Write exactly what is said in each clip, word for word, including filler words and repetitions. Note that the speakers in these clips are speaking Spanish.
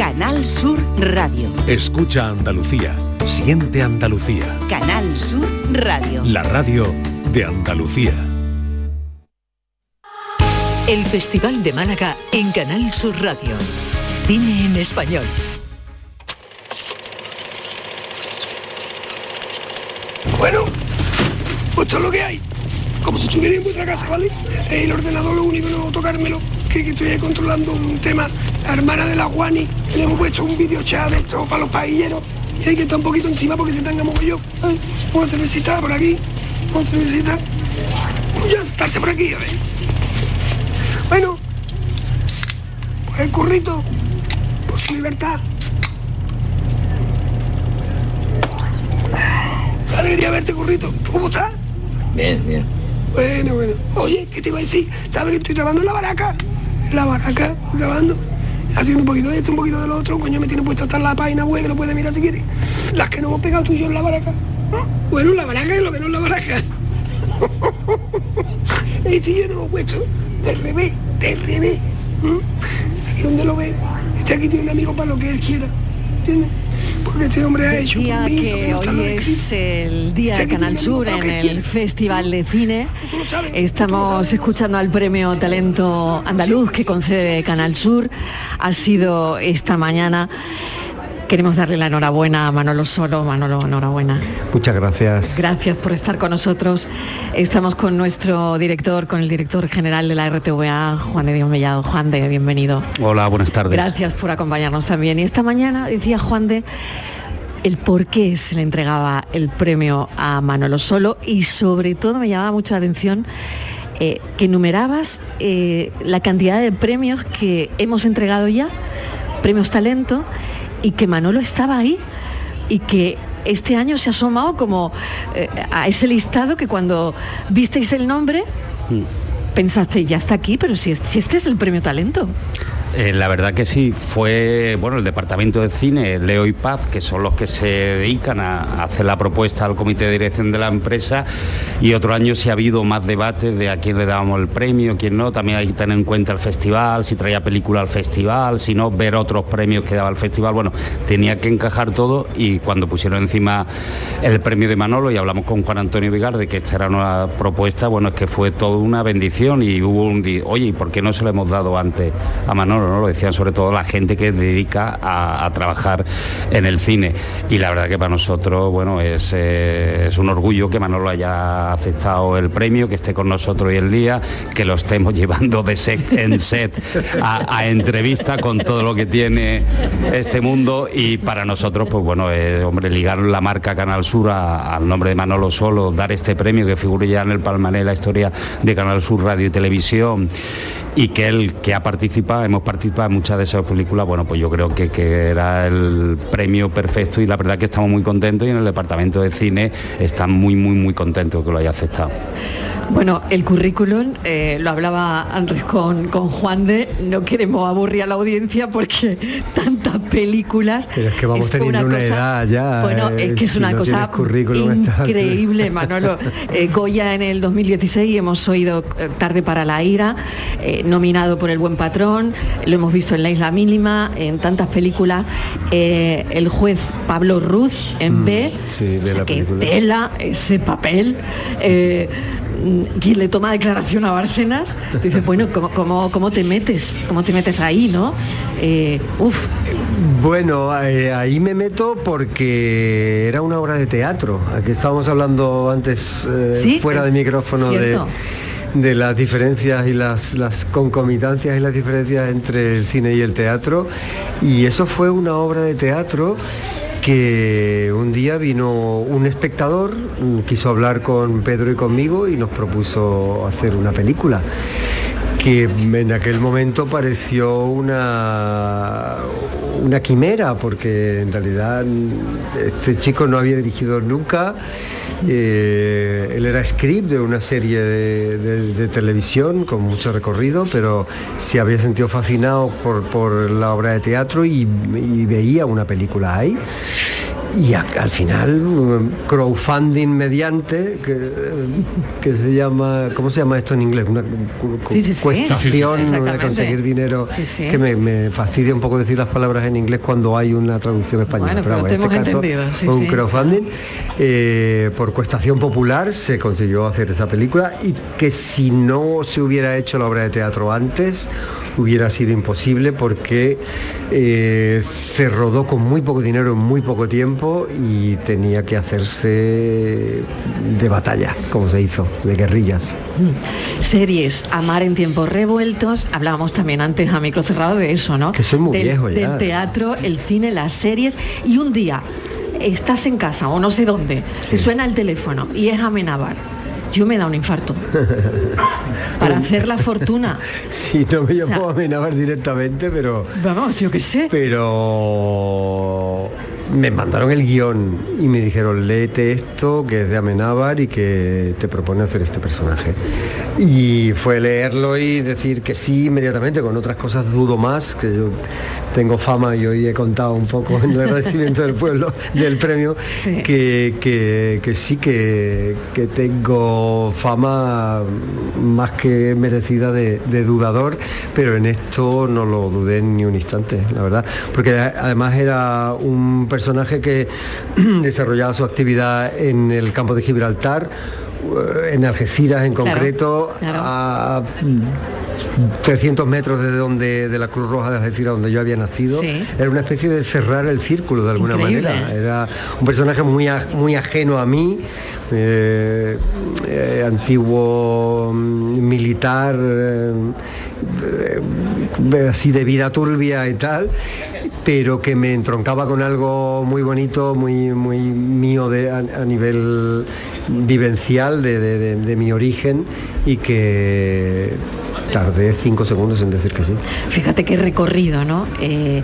Canal Sur Radio. Escucha Andalucía. Siente Andalucía. Canal Sur Radio. La radio de Andalucía. El Festival de Málaga en Canal Sur Radio. Cine en español. Bueno, pues esto es lo que hay. Como si estuviera en vuestra casa, ¿vale? El ordenador lo único no tocármelo, que, que estoy ahí controlando un tema. La hermana de la Juani, le hemos puesto un video chat de esto para los pailleros. Y hay que estar un poquito encima porque se tenga mogollón. ¿Eh? Una cervecita por aquí, una cervecita. Ya estarse por aquí, a ver. Bueno, pues el currito, por su libertad. Alegría verte, currito. ¿Cómo estás? Bien, bien. Bueno, bueno. Oye, ¿qué te iba a decir? ¿Sabes que estoy trabajando en la baraca? En la baraca, estoy trabajando. Haciendo un poquito de esto, un poquito de lo otro. Coño, me tiene puesto hasta en la página web, que lo puedes mirar si quieres. Las que no hemos pegado tú y yo en la baraca. Bueno, la baraca es lo que no es la baraca. Este yo no lo he puesto. De revés, de revés. Aquí donde lo ves. Este aquí tiene un amigo para lo que él quiera. ¿Entiendes? Porque este hombre ha hecho Decía conmigo, que no está hoy lo es escrito. el día de Canal Sur en el Festival de Cine. Estamos escuchando al premio Talento Andaluz que concede Canal Sur. Ha sido esta mañana. Queremos darle la enhorabuena a Manolo Solo. Manolo, enhorabuena. Muchas gracias. Gracias por estar con nosotros. Estamos con nuestro director, con el director general de la R T V A, Juan de Dios Mellado. Juan de, bienvenido. Hola, buenas tardes. Gracias por acompañarnos también. Y esta mañana decía Juan de el por qué se le entregaba el premio a Manolo Solo y sobre todo me llamaba mucho la atención eh, que enumerabas eh, la cantidad de premios que hemos entregado ya, premios Talento, y que Manolo estaba ahí y que este año se ha asomado como eh, a ese listado que cuando visteis el nombre mm. pensaste, ya está aquí, pero si, si este es el premio Talento. Eh, la verdad que sí, fue bueno el departamento de cine, Leo y Paz, que son los que se dedican a, a hacer la propuesta al comité de dirección de la empresa, y otro año sí ha habido más debate de a quién le dábamos el premio, quién no, también hay que tener en cuenta el festival, si traía película al festival, si no, ver otros premios que daba el festival, bueno, tenía que encajar todo, y cuando pusieron encima el premio de Manolo y hablamos con Juan Antonio Vigar de que esta era una propuesta, bueno, es que fue toda una bendición y hubo un día, oye, ¿y por qué no se lo hemos dado antes a Manolo? ¿No? Lo decían sobre todo la gente que dedica a, a trabajar en el cine, y la verdad que para nosotros, bueno, es, eh, es un orgullo que Manolo haya aceptado el premio, que esté con nosotros hoy el día, que lo estemos llevando de set en set a, a entrevista con todo lo que tiene este mundo, y para nosotros, pues bueno, eh, hombre, ligar la marca Canal Sur a, al nombre de Manolo Solo, dar este premio que figure ya en el palmarés la historia de Canal Sur Radio y Televisión, y que él que ha participado, hemos participado en muchas de esas películas, bueno, pues yo creo que, que era el premio perfecto, y la verdad que estamos muy contentos, y en el departamento de cine están muy, muy, muy contentos que lo haya aceptado. Bueno, el currículum, eh, lo hablaba antes con, con Juan de, no queremos aburrir a la audiencia porque tantas películas... Pero es que vamos es teniendo una, una cosa, edad ya... Bueno, eh, es que es si una no cosa increíble, Manolo. Eh, Goya en el dos mil dieciséis, hemos oído eh, Tarde para la ira, eh, nominado por El Buen Patrón, lo hemos visto en La Isla Mínima, en tantas películas, eh, el juez Pablo Ruz en mm, B, sí, o sea, la que tela ese papel... Eh, quien le toma declaración a Bárcenas, te dice, bueno, ¿cómo, cómo, cómo te metes? ¿Cómo te metes ahí, no? Eh, uf. Bueno, eh, ahí me meto porque era una obra de teatro. Aquí estábamos hablando antes, eh, ¿sí? fuera de micrófono, de, de las diferencias y las, las concomitancias y las diferencias entre el cine y el teatro. Y eso fue una obra de teatro que un día vino un espectador, quiso hablar con Pedro y conmigo y nos propuso hacer una película que en aquel momento pareció una, una quimera, porque en realidad este chico no había dirigido nunca. Eh, él era script de una serie de, de, de televisión con mucho recorrido, pero se había sentido fascinado por, por la obra de teatro y, y veía una película ahí. y a, al final crowdfunding mediante que, que se llama, ¿cómo se llama esto en inglés? Una cu, cu, sí, sí, sí. cuestación sí, sí, de conseguir dinero, sí, sí. que me, me fastidia un poco decir las palabras en inglés cuando hay una traducción española. Bueno, pero, pero en este caso entendido. Sí, un sí. crowdfunding eh, por cuestación popular se consiguió hacer esa película, y que si no se hubiera hecho la obra de teatro antes hubiera sido imposible, porque eh, se rodó con muy poco dinero en muy poco tiempo y tenía que hacerse de batalla, como se hizo, de guerrillas. Series, Amar en tiempos revueltos, hablábamos también antes a micro cerrado de eso, ¿no? Que soy muy del, viejo ya. Del teatro, el cine, las series, y un día estás en casa o no sé dónde, sí. te suena el teléfono y es Amenábar. Yo me da un infarto. Para hacer la fortuna. Sí, no me llamo o sea, Amenábar directamente, pero... Vamos, yo qué sé. Pero me mandaron el guión y me dijeron, léete esto, que es de Amenábar y que te propone hacer este personaje. Y fue leerlo y decir que sí inmediatamente. Con otras cosas dudo más, que yo tengo fama y hoy he contado un poco en el agradecimiento del pueblo, del premio, sí. que, que, que sí que, que tengo fama más que merecida de, de dudador, pero en esto no lo dudé ni un instante, la verdad, porque además era un personaje que desarrollaba su actividad en el campo de Gibraltar, en Algeciras en concreto, claro, claro. a trescientos metros de donde de la Cruz Roja de Algeciras, donde yo había nacido. Sí. Era una especie de cerrar el círculo de alguna Increíble. manera. Era un personaje muy, a, muy ajeno a mí, eh, eh, antiguo militar, eh, eh, así de vida turbia y tal, pero que me entroncaba con algo muy bonito, muy, muy mío de, a, a nivel vivencial de, de, de, de mi origen, y que tardé cinco segundos en decir que sí. Fíjate qué recorrido, ¿no? Eh,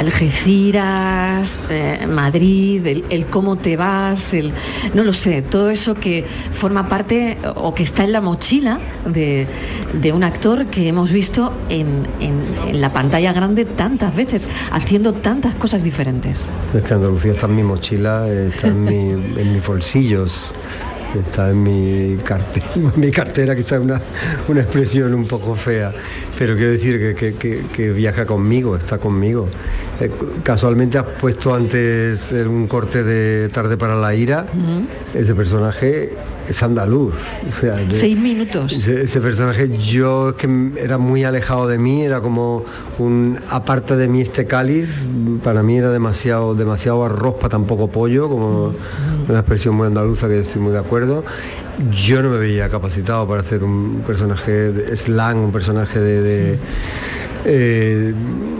Algeciras, eh, Madrid, el, el cómo te vas, el no lo sé, todo eso que forma parte o que está en la mochila de, de un actor que hemos visto en, en, en la pantalla grande tantas veces, haciendo tantas cosas diferentes. Es que Andalucía está en mi mochila, está en, mi, en mis bolsillos. Está en mi cartera, mi cartera, quizá es una, una expresión un poco fea, pero quiero decir que, que, que, que viaja conmigo, está conmigo. Eh, casualmente has puesto antes un corte de Tarde para la ira, uh-huh. Ese personaje es andaluz. O sea, de, Seis minutos. Ese, ese personaje yo que era muy alejado de mí, era como un aparte de mí este cáliz, para mí era demasiado, demasiado arroz para tan poco pollo, como uh-huh. una expresión muy andaluza que yo estoy muy de acuerdo. Yo no me veía capacitado para hacer un personaje de slang, un personaje de, de eh,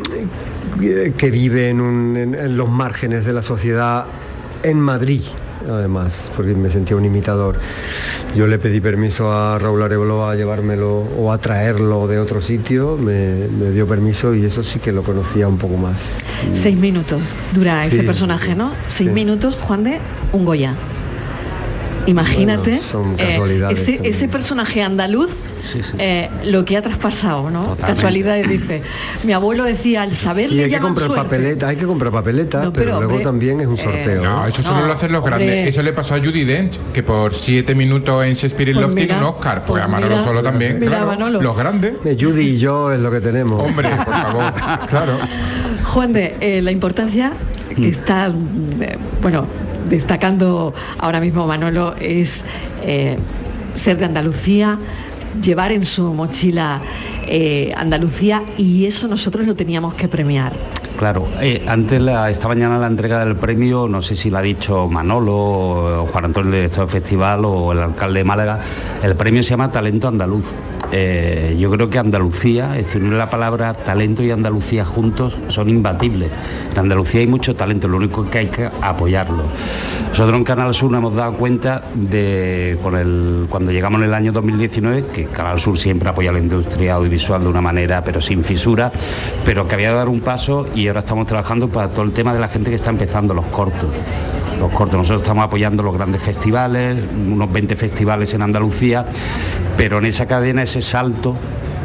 que vive en, un, en, en los márgenes de la sociedad en Madrid, además, porque me sentía un imitador. Yo le pedí permiso a Raúl Arevalo a llevármelo o a traerlo de otro sitio, me, me dio permiso y eso sí que lo conocía un poco más. Seis minutos dura sí, ese personaje, ¿no? Seis sí. minutos, Juan de un Goya. Imagínate, bueno, son casualidades, eh, ese, ese personaje andaluz, sí, sí. Eh, lo que ha traspasado, ¿no? Totalmente. Casualidades, dice. Mi abuelo decía, al saber le hay que comprar suerte. papeleta, hay que comprar papeleta, no, pero, pero luego hombre, también es un sorteo. Eh, no, eso solo no, lo hacen los hombre. grandes. Eso le pasó a Judi Dench, que por siete minutos en Shakespeare in pues Love mira, tiene un Oscar. Pues, pues a Manolo mira, Solo también, mira, claro. Manolo. Los grandes. Judy y yo es lo que tenemos. Hombre, por favor, claro. Juan de, eh, la importancia que está, eh, bueno, destacando ahora mismo Manolo es eh, ser de Andalucía, llevar en su mochila eh, Andalucía, y eso nosotros lo teníamos que premiar. Claro, eh, antes la, esta mañana la entrega del premio, no sé si lo ha dicho Manolo o Juan Antonio, el director del festival, o el alcalde de Málaga, el premio se llama Talento Andaluz. Eh, yo creo que Andalucía, es decir, la palabra talento y Andalucía juntos son imbatibles. En Andalucía hay mucho talento, lo único que hay que apoyarlo. Nosotros en Canal Sur nos hemos dado cuenta de, con el, cuando llegamos en el año dos mil diecinueve, que Canal Sur siempre apoya la industria audiovisual de una manera, pero sin fisura, pero que había que dar un paso, y ahora estamos trabajando para todo el tema de la gente que está empezando, los cortos. Los cortos, nosotros estamos apoyando los grandes festivales, unos veinte festivales en Andalucía, pero en esa cadena ese salto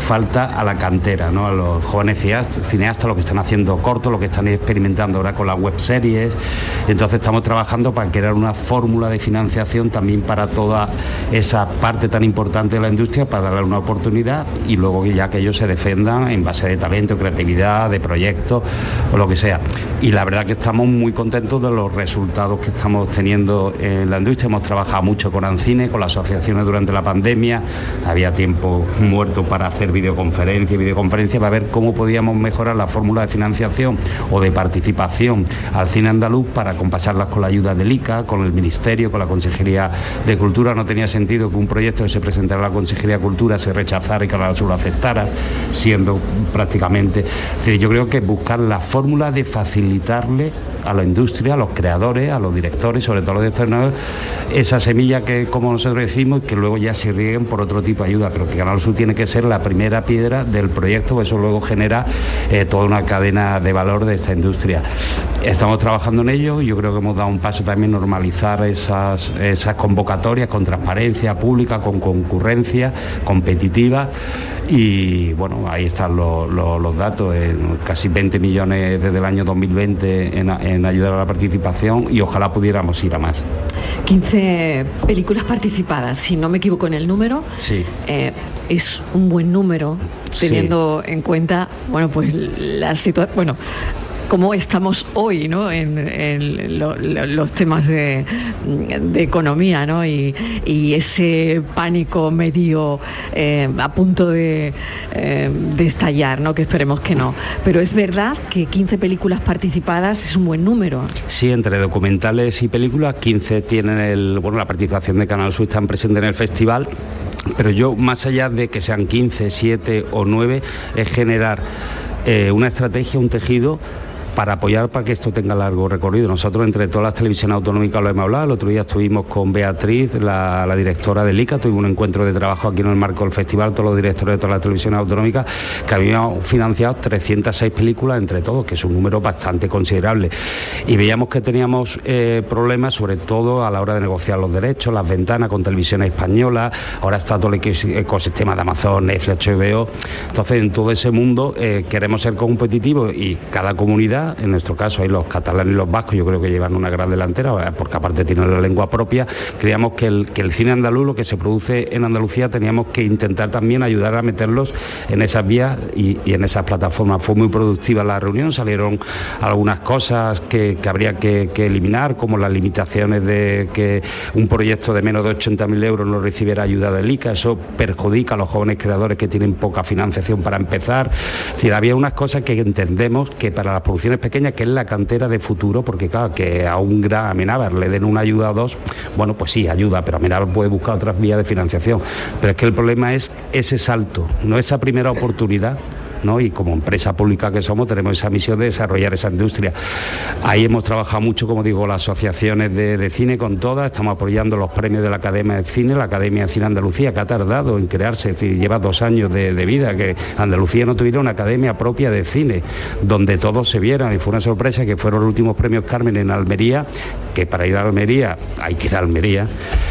falta a la cantera, ¿no? A los jóvenes cineastas, los que están haciendo cortos, los que están experimentando ahora con las webseries. Entonces estamos trabajando para crear una fórmula de financiación también para toda esa parte tan importante de la industria, para darle una oportunidad y luego ya que ellos se defendan en base de talento, creatividad, de proyectos o lo que sea. Y la verdad que estamos muy contentos de los resultados que estamos teniendo en la industria. Hemos trabajado mucho con Ancine, con las asociaciones durante la pandemia, había tiempo muerto para hacer videoconferencias y videoconferencias para ver cómo podíamos mejorar la fórmula de financiación o de participación al cine andaluz para compasarlas con la ayuda del I C A, con el Ministerio, con la Consejería de Cultura. No tenía sentido que un proyecto que se presentara a la Consejería de Cultura se rechazara y que Canal Sur lo aceptara, siendo prácticamente... Es decir, yo creo que buscar la fórmula de facilitarle a la industria, a los creadores, a los directores, sobre todo a los directores, esa semilla que, como nosotros decimos, que luego ya se rieguen por otro tipo de ayuda, pero que Canal Sur tiene que ser la primera piedra del proyecto, eso luego genera eh, toda una cadena de valor de esta industria. Estamos trabajando en ello, yo creo que hemos dado un paso también normalizar esas, esas convocatorias con transparencia pública, con concurrencia competitiva. Y bueno, ahí están los, los, los datos, eh, casi veinte millones desde el año dos mil veinte en, en ayudar a la participación y ojalá pudiéramos ir a más. quince películas participadas, si no me equivoco en el número. Sí. Eh, es un buen número, teniendo sí. en cuenta, bueno, pues la situación, bueno, cómo estamos hoy, ¿no? En, en lo, lo, los temas de, de economía, ¿no? Y, y ese pánico medio eh, a punto de, eh, de estallar, ¿no? Que esperemos que no. Pero es verdad que quince películas participadas es un buen número. Sí, entre documentales y películas, quince tienen el, bueno, la participación de Canal Sur, están presentes en el festival. Pero yo, más allá de que sean quince, siete o nueve, es generar eh, una estrategia, un tejido para apoyar para que esto tenga largo recorrido. Nosotros entre todas las televisiones autonómicas lo hemos hablado. El otro día estuvimos con Beatriz, la, la directora del I C A, tuvimos un encuentro de trabajo aquí en el marco del festival, todos los directores de todas las televisiones autonómicas, que habíamos financiado trescientas seis películas entre todos, que es un número bastante considerable. Y veíamos que teníamos eh, problemas, sobre todo a la hora de negociar los derechos, las ventanas con televisiones españolas, ahora está todo el ecosistema de Amazon, Netflix, H B O. Entonces, en todo ese mundo eh, queremos ser competitivos y cada comunidad, en nuestro caso hay los catalanes y los vascos, yo creo que llevan una gran delantera, porque aparte tienen la lengua propia. Creíamos que el, que el cine andaluz, lo que se produce en Andalucía, teníamos que intentar también ayudar a meterlos en esas vías y, y en esas plataformas. Fue muy productiva la reunión, salieron algunas cosas que, que habría que, que eliminar, como las limitaciones de que un proyecto de menos de ochenta mil euros no recibiera ayuda del I C A, eso perjudica a los jóvenes creadores que tienen poca financiación para empezar. Es decir, había unas cosas que entendemos que para las producciones pequeñas, que es la cantera de futuro, porque claro, que a un gran Amenábar le den una ayuda a dos, bueno, pues sí, ayuda, pero Amenábar puede buscar otras vías de financiación. Pero es que el problema es ese salto, no esa primera oportunidad, ¿no? Y como empresa pública que somos tenemos esa misión de desarrollar esa industria. Ahí hemos trabajado mucho, como digo, las asociaciones de, de cine con todas, estamos apoyando los premios de la Academia de Cine, la Academia de Cine Andalucía, que ha tardado en crearse, es decir, lleva dos años de, de vida, que Andalucía no tuviera una academia propia de cine, donde todos se vieran, y fue una sorpresa que fueron los últimos premios Carmen en Almería, que para ir a Almería hay que ir a Almería,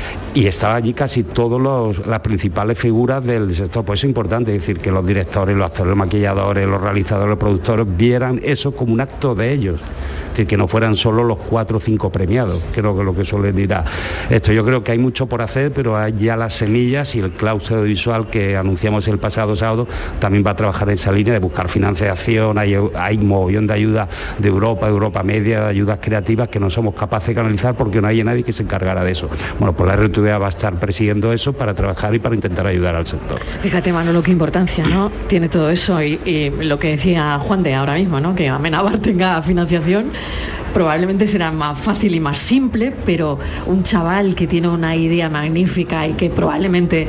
y estaba allí casi todas las principales figuras del sector. Pues eso es importante, es decir, que los directores, los actores, los maquilladores, los realizadores, los productores vieran eso como un acto de ellos. Es decir, que no fueran solo los cuatro o cinco premiados, creo que es lo que suele dirá esto. Yo creo que hay mucho por hacer, pero hay ya las semillas, y el claustro audiovisual que anunciamos el pasado sábado también va a trabajar en esa línea de buscar financiación. Hay, hay un mogollón de ayuda de Europa, de Europa Media, de ayudas creativas que no somos capaces de canalizar porque no hay nadie que se encargara de eso. Bueno, pues la R T V A va a estar presidiendo eso para trabajar y para intentar ayudar al sector. Fíjate, Manolo, qué importancia, ¿no? Tiene todo eso y, y lo que decía Juan de ahora mismo, ¿no? Que Amenábar tenga financiación probablemente será más fácil y más simple, pero un chaval que tiene una idea magnífica y que probablemente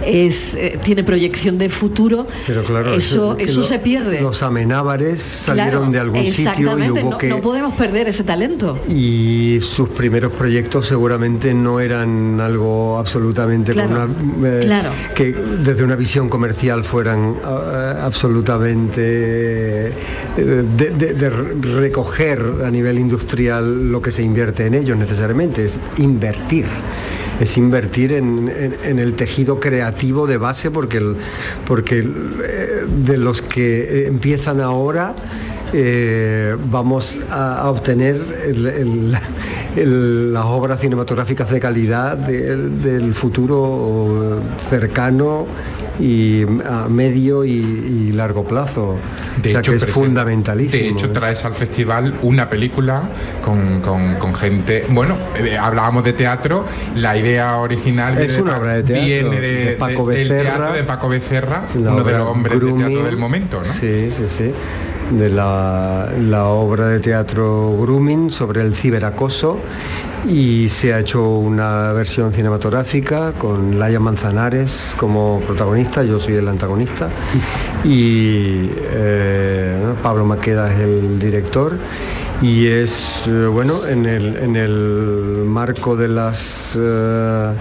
es eh, tiene proyección de futuro, pero claro, eso, eso lo, se pierde. Los Amenábares salieron claro, de algún sitio y hubo no, que... no podemos perder ese talento. Y sus primeros proyectos seguramente no eran algo absolutamente... Claro, una, eh, claro. Que desde una visión comercial fueran uh, absolutamente... Eh, de, de, de recoger a nivel industrial lo que se invierte en ellos necesariamente, es invertir es invertir en, en, en el tejido creativo de base, porque, el, porque el, de los que empiezan ahora, Eh, vamos a, a obtener el, el, el, las obras cinematográficas de calidad de, del futuro cercano y a medio y, y largo plazo. De o sea hecho, que es fundamentalísimo. De hecho, traes al festival una película con, con, con gente... Bueno, eh, hablábamos de teatro, la idea original es viene una de, obra de teatro, viene de, de Paco de, Becerra, del teatro de Paco Becerra, uno de los hombres Grooming, de teatro del momento, ¿no? Sí, sí, sí. De la, la obra de teatro Grooming sobre el ciberacoso, y se ha hecho una versión cinematográfica con Laia Manzanares como protagonista, yo soy el antagonista, y eh, Pablo Maqueda es el director, y es, eh, bueno, en el, en el marco de las... Eh,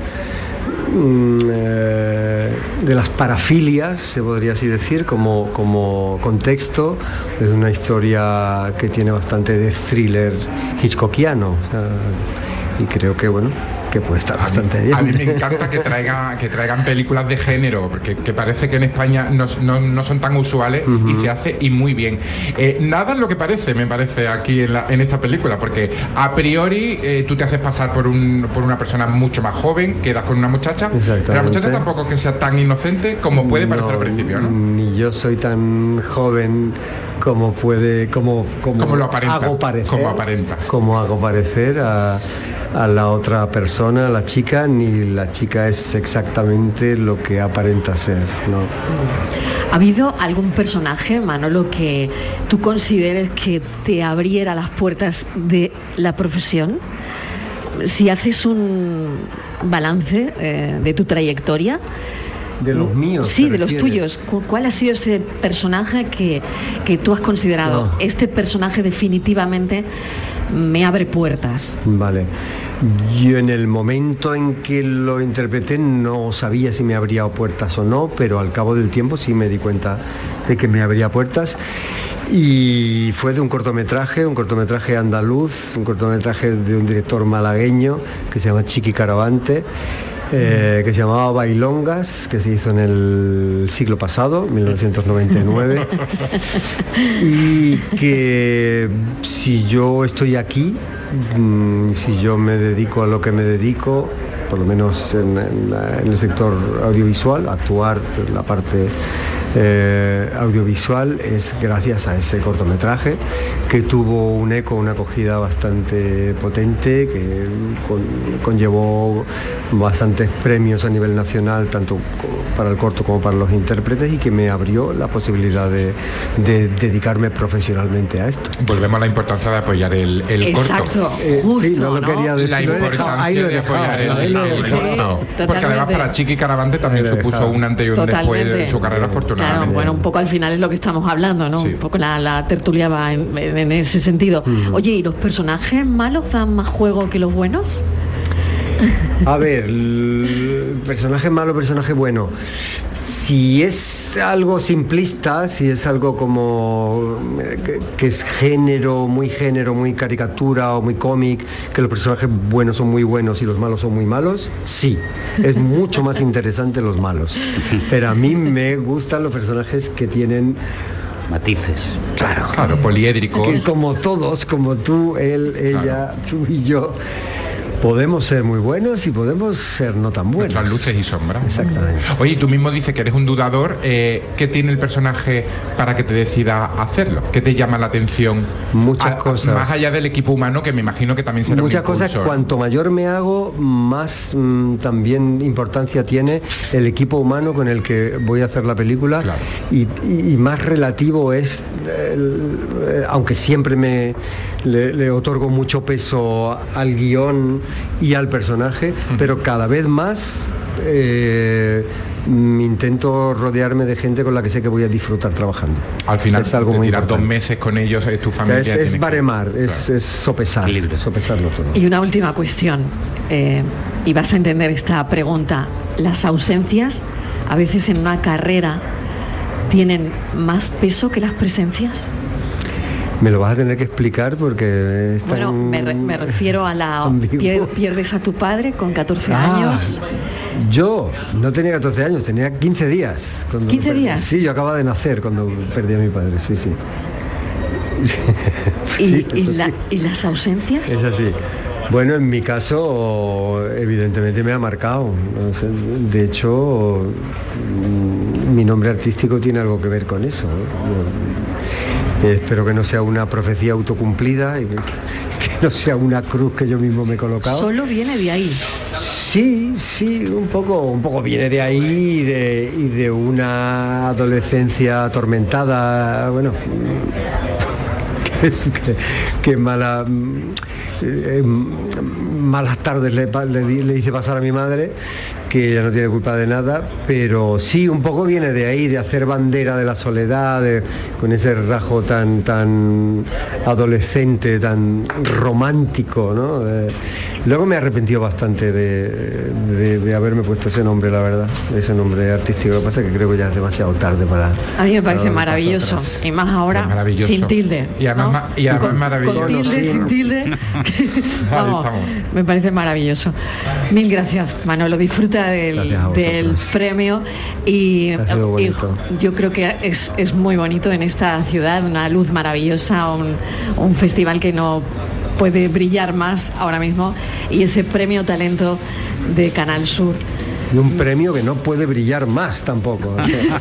de las parafilias, se podría así decir, como, como contexto, es una historia que tiene bastante de thriller hitchcockiano, o sea, y creo que, bueno, que puede estar bastante bien. A mí me encanta que traigan que traigan películas de género, porque que parece que en España no, no, no son tan usuales, uh-huh. y se hace y muy bien. Eh, nada es lo que parece, me parece, aquí en, la, en esta película, porque a priori eh, tú te haces pasar por, un, por una persona mucho más joven, quedas con una muchacha, pero la muchacha tampoco que sea tan inocente como puede parecer no, al principio, ¿no? Ni yo soy tan joven como puede, como, como, como lo aparentas, hago parecer, como aparentas. Como hago parecer a... a la otra persona, la chica, ni la chica es exactamente lo que aparenta ser, ¿no? ¿Ha habido algún personaje, Manolo, que tú consideres que te abriera las puertas de la profesión? Si haces un balance eh, de tu trayectoria. De los míos. Sí, de los tuyos. ¿Cuál ha sido ese personaje que, que tú has considerado? No. Este personaje definitivamente me abre puertas. Vale. Yo en el momento en que lo interpreté no sabía si me abría puertas o no, pero al cabo del tiempo sí me di cuenta de que me abría puertas. Y fue de un cortometraje, un cortometraje andaluz, un cortometraje de un director malagueño que se llama Chiqui Caravante. Eh, que se llamaba Bailongas, que se hizo en el siglo pasado, mil novecientos noventa y nueve, y que si yo estoy aquí, mmm, si yo me dedico a lo que me dedico, por lo menos en, en, en el sector audiovisual, actuar, la parte eh, audiovisual, es gracias a ese cortometraje que tuvo un eco, una acogida bastante potente, que con, conllevó bastantes premios a nivel nacional, tanto para el corto como para los intérpretes, y que me abrió la posibilidad de, de dedicarme profesionalmente a esto. Volvemos a la importancia de apoyar el, el Exacto, corto. Eh, justo, sí, no lo ¿no? quería decir. La importancia de apoyar el, el, el sí, corto. Porque además para Chiqui Caravante también supuso un antes y un después de su carrera, afortunadamente. Claro, bueno, un poco al final es lo que estamos hablando, ¿no? Sí. Un poco la, la tertulia va en, en ese sentido. Uh-huh. Oye, ¿y los personajes malos dan más juego que los buenos? A ver, personaje malo, personaje bueno. Si es algo simplista, si es algo como que, que es género, muy género, muy caricatura o muy cómic, que los personajes buenos son muy buenos y los malos son muy malos, sí, es mucho más interesante los malos. Pero a mí me gustan los personajes que tienen matices. Claro, claro, poliédricos. Que como todos, como tú, él, ella, claro. Tú y yo, podemos ser muy buenos y podemos ser no tan buenos. Nuestras luces y sombras. Exactamente. Oye, tú mismo dices que eres un dudador. Eh, ¿Qué tiene el personaje para que te decida hacerlo? ¿Qué te llama la atención? Muchas a, cosas. Más allá del equipo humano, que me imagino que también será Muchas un impulsor. cosas. Cuanto mayor me hago, más mmm, también importancia tiene el equipo humano con el que voy a hacer la película. Claro. Y, y, y más relativo es, el, eh, aunque siempre me le, le otorgo mucho peso al guión y al personaje, uh-huh. pero cada vez más eh, intento rodearme de gente con la que sé que voy a disfrutar trabajando. Al final es algo de muy tirar importante. Dos meses con ellos, es tu familia. O sea, es, es baremar, que... es, claro. es sopesar, Libre. sopesarlo todo. Y una última cuestión, eh, y vas a entender esta pregunta. Las ausencias a veces en una carrera tienen más peso que las presencias. Me lo vas a tener que explicar porque es tan... Bueno, me, re, me refiero a la... Pier, pierdes a tu padre con catorce ah, años. Yo no tenía catorce años, tenía quince días. ¿quince días? Sí, yo acababa de nacer cuando perdí a mi padre, sí, sí. ¿Y, sí, y, la, sí. ¿Y las ausencias? Es así. Bueno, en mi caso, evidentemente me ha marcado. De hecho, mi nombre artístico tiene algo que ver con eso. Espero que no sea una profecía autocumplida y que no sea una cruz que yo mismo me he colocado. ¿Solo viene de ahí? Sí, sí, un poco, un poco viene de ahí y de, y de una adolescencia atormentada, bueno, que, que, que mala... Eh, malas tardes le, le, le hice pasar a mi madre, que ella no tiene culpa de nada, pero sí, un poco viene de ahí, de hacer bandera de la soledad, de, con ese rasgo tan tan adolescente, tan romántico, ¿no? Eh, luego me he arrepentido bastante de, de, de haberme puesto ese nombre, la verdad, ese nombre artístico. Lo que pasa es que creo que ya es demasiado tarde para... A mí me parece maravilloso, y más ahora sin tilde. Y además, ¿no? y además con, maravilloso. Con tilde, sin tilde. Vamos, me parece maravilloso. Mil gracias, Manolo. Disfruta del, del premio y, y yo creo que es, es muy bonito en esta ciudad, una luz maravillosa, un, un festival que no puede brillar más ahora mismo, y ese premio Talento de Canal Sur. Y un premio que no puede brillar más tampoco.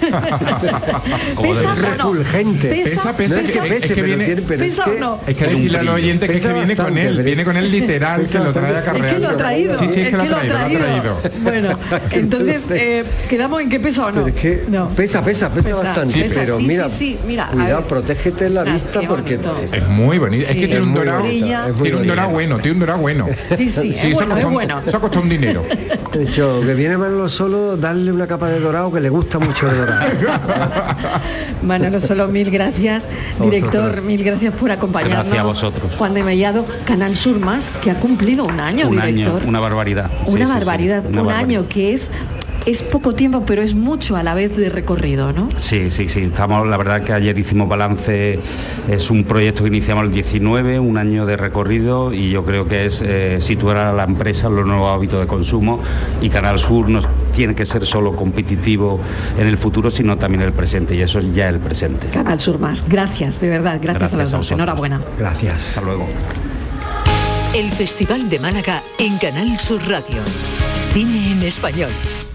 ¿Pesa es refulgente. Pesa, pesa, no es que pese, es que viene, pero, pero ¿pesa es que, o no? Es que decirle al oyente que, es que viene con él, viene con él literal, que lo trae acarreando. Es que lo ha traído. Sí, sí, es, es que, que lo, ha traído, lo ha traído. Bueno, entonces, eh, ¿quedamos en qué pesa o no? Pero es que no. Pesa, pesa, pesa, pesa bastante. Sí, pesa, pero sí, mira, sí, sí, mira, cuidado, protégete la vista porque... Es, es muy bonito. Sí, es que tiene un dorado, tiene un dorado bueno, tiene un dorado bueno. Sí, sí, es bueno, es bueno. Eso ha costado un dinero. De hecho, que viene Manolo Solo, darle una capa de dorado que le gusta mucho el dorado. Manolo Solo, mil gracias. Director, vosotros. Mil gracias por acompañarnos. Gracias a vosotros. Juan de Mellado, Canal Sur Más, que ha cumplido un año, un director. Año, una barbaridad. Una sí, barbaridad, sí, sí. Una un barbaridad. año que es... Es poco tiempo, pero es mucho a la vez de recorrido, ¿no? Sí, sí, sí. Estamos, la verdad que ayer hicimos balance, es un proyecto que iniciamos el diecinueve, un año de recorrido, y yo creo que es eh, situar a la empresa en los nuevos hábitos de consumo, y Canal Sur no tiene que ser solo competitivo en el futuro, sino también en el presente, y eso es ya el presente. Canal Sur Más, gracias, de verdad, gracias, gracias a los dos. Enhorabuena. Gracias. Hasta luego. El Festival de Málaga en Canal Sur Radio. Cine en español.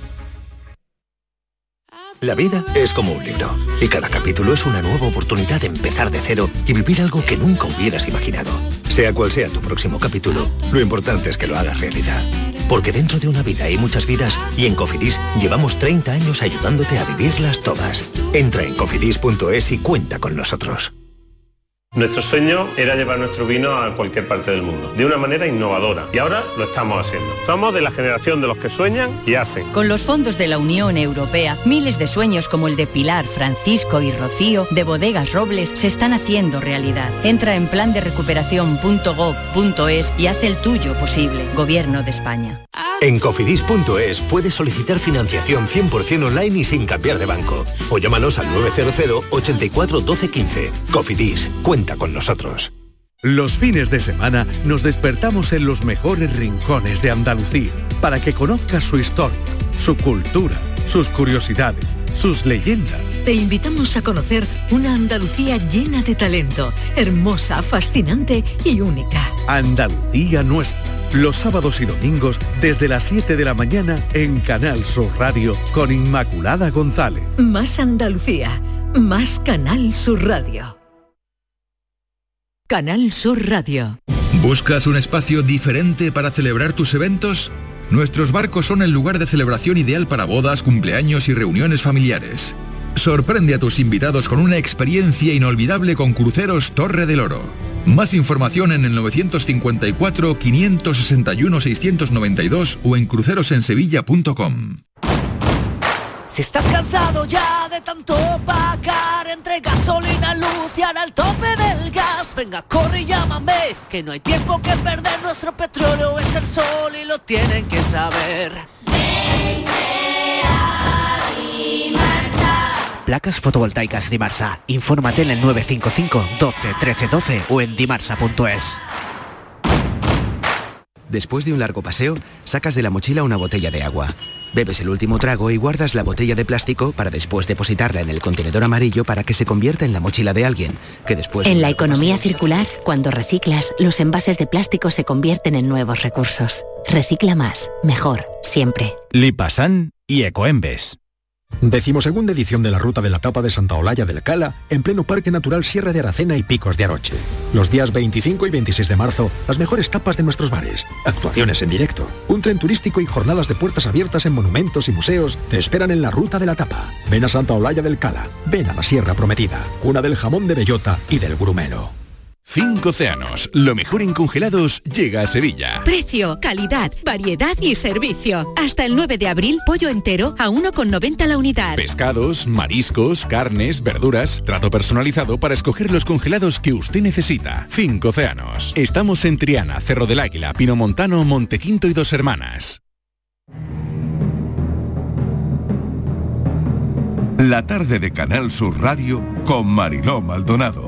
La vida es como un libro, y cada capítulo es una nueva oportunidad de empezar de cero y vivir algo que nunca hubieras imaginado. Sea cual sea tu próximo capítulo, lo importante es que lo hagas realidad. Porque dentro de una vida hay muchas vidas, y en Cofidis llevamos treinta años ayudándote a vivirlas todas. Entra en cofidis punto es y cuenta con nosotros. Nuestro sueño era llevar nuestro vino a cualquier parte del mundo, de una manera innovadora, y ahora lo estamos haciendo. Somos de la generación de los que sueñan y hacen. Con los fondos de la Unión Europea, miles de sueños como el de Pilar, Francisco y Rocío, de Bodegas Robles, se están haciendo realidad. Entra en plan de recuperación punto gob punto es y haz el tuyo posible. Gobierno de España. En cofidis punto es puedes solicitar financiación cien por ciento online y sin cambiar de banco. O llámanos al nueve cero cero, ochenta y cuatro, doce, quince. Cofidis, cuenta con nosotros. Los fines de semana nos despertamos en los mejores rincones de Andalucía para que conozcas su historia, su cultura, sus curiosidades, sus leyendas. Te invitamos a conocer una Andalucía llena de talento, hermosa, fascinante y única. Andalucía Nuestra. Los sábados y domingos desde las siete de la mañana en Canal Sur Radio con Inmaculada González. Más Andalucía, más Canal Sur Radio. Canal Sur Radio. ¿Buscas un espacio diferente para celebrar tus eventos? Nuestros barcos son el lugar de celebración ideal para bodas, cumpleaños y reuniones familiares. Sorprende a tus invitados con una experiencia inolvidable con Cruceros Torre del Oro. Más información en el novecientos cincuenta y cuatro, quinientos sesenta y uno, seiscientos noventa y dos o en crucerosensevilla punto com. Si estás cansado ya de tanto pagar entre gasolina, luz y ahora el tope del gas, venga, corre y llámame, que no hay tiempo que perder, nuestro petróleo es el sol y lo tienen que saber. Vente a Dimarsa, Placas fotovoltaicas Dimarsa. Infórmate en el nueve cinco cinco doce trece doce o en dimarsa punto es. Después de un largo paseo, sacas de la mochila una botella de agua. Bebes el último trago y guardas la botella de plástico para después depositarla en el contenedor amarillo para que se convierta en la mochila de alguien, que después... En la economía circular, cuando reciclas, los envases de plástico se convierten en nuevos recursos. Recicla más, mejor, siempre. Lipasan y Ecoembes. Decimosegunda edición de la Ruta de la Tapa de Santa Olalla del Cala, en pleno Parque Natural Sierra de Aracena y Picos de Aroche. Los días veinticinco y veintiséis de marzo, las mejores tapas de nuestros bares, actuaciones en directo, un tren turístico y jornadas de puertas abiertas en monumentos y museos te esperan en la Ruta de la Tapa. Ven a Santa Olalla del Cala, ven a la Sierra Prometida, cuna del jamón de bellota y del grumelo. Cinco Océanos, lo mejor en congelados llega a Sevilla. Precio, calidad, variedad y servicio. Hasta el nueve de abril, pollo entero a uno con noventa la unidad. Pescados, mariscos, carnes, verduras, trato personalizado para escoger los congelados que usted necesita. Cinco Océanos. Estamos en Triana, Cerro del Águila, Pinomontano, Montequinto y Dos Hermanas. La tarde de Canal Sur Radio con Mariló Maldonado.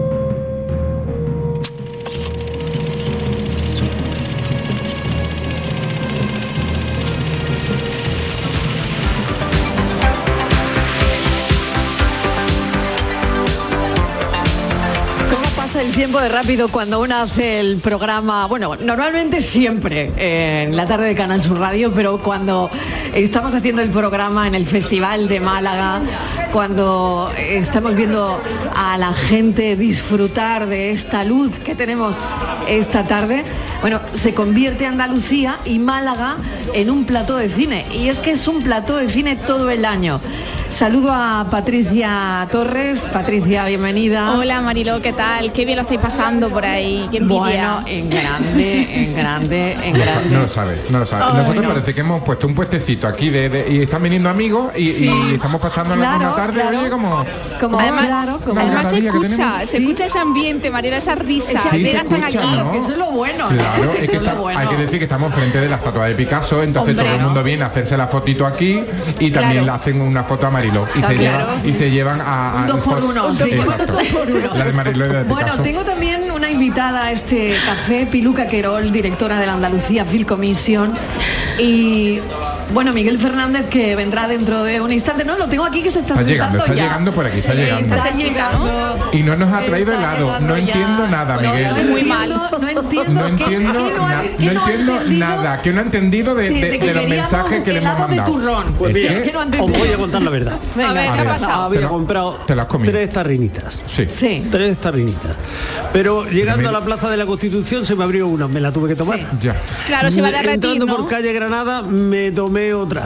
El tiempo de rápido cuando uno hace el programa, bueno, normalmente siempre eh, en la tarde de Canal Sur Radio, pero cuando estamos haciendo el programa en el Festival de Málaga, cuando estamos viendo a la gente disfrutar de esta luz que tenemos esta tarde, bueno, se convierte Andalucía y Málaga en un plató de cine, y es que es un plató de cine todo el año. Saludo a Patricia Torres. Patricia, bienvenida. Hola Mariló, ¿qué tal? Qué bien lo estáis pasando por ahí, qué envidia. Bueno, en grande, en grande, en grande. No lo sabes, no lo sabes. Oh, Nosotros no. parece que hemos puesto un puestecito aquí de, de- y están viniendo amigos y, Sí. y estamos pasando la Claro, buena tarde, claro. oye, como... Como, Además, claro, como además se maravilla que escucha, tenemos. se escucha ese ambiente, Mariela, esa risa, Sí, se llegan tan escucha, aquí. ¿no? Eso es lo bueno, ¿no? Claro, es Eso que es lo está- bueno. hay que decir que estamos frente de la estatua de Picasso, entonces Hombre, todo el ¿no? mundo viene a hacerse la fotito aquí y también Claro. le hacen una foto a Mariló y, Está se, claro. llevan, y se llevan a... a Un dos por uno, sí. Exacto. Un dos por uno. La de Mariló y la de Bueno, Picasso. tengo también una invitada a este café, Piluca Querol, directora de la Andalucía Film Commission, y bueno, Miguel Fernández, que vendrá dentro de un instante. No, lo tengo aquí, que se está, Está llegando, sentando está ya. llegando por aquí, está Sí, llegando. está llegando. Y no nos ha traído Está helado, llegando no ya. entiendo nada, No, Miguel. No, Muy entiendo, mal. no entiendo, No qué- entiendo, qué no ha- na- qué no no ha entiendo entendido nada, que no ha entendido de, de- de- de que de los queríamos mensajes que le hemos helado de mandado. turrón. Pues Es mira, que- que no os entiendo. voy a contar la verdad. Venga, A ver, ¿qué ha ver. pasado? Había Te lo- comprado te lo has comido. tres tarrinitas. Sí. Sí. Tres tarrinitas. Pero llegando Pero a me- la Plaza de la Constitución se me abrió una, me la tuve que tomar. Sí. Ya. Claro, se va a derretir, Entrando ¿no? por calle Granada me tomé otra.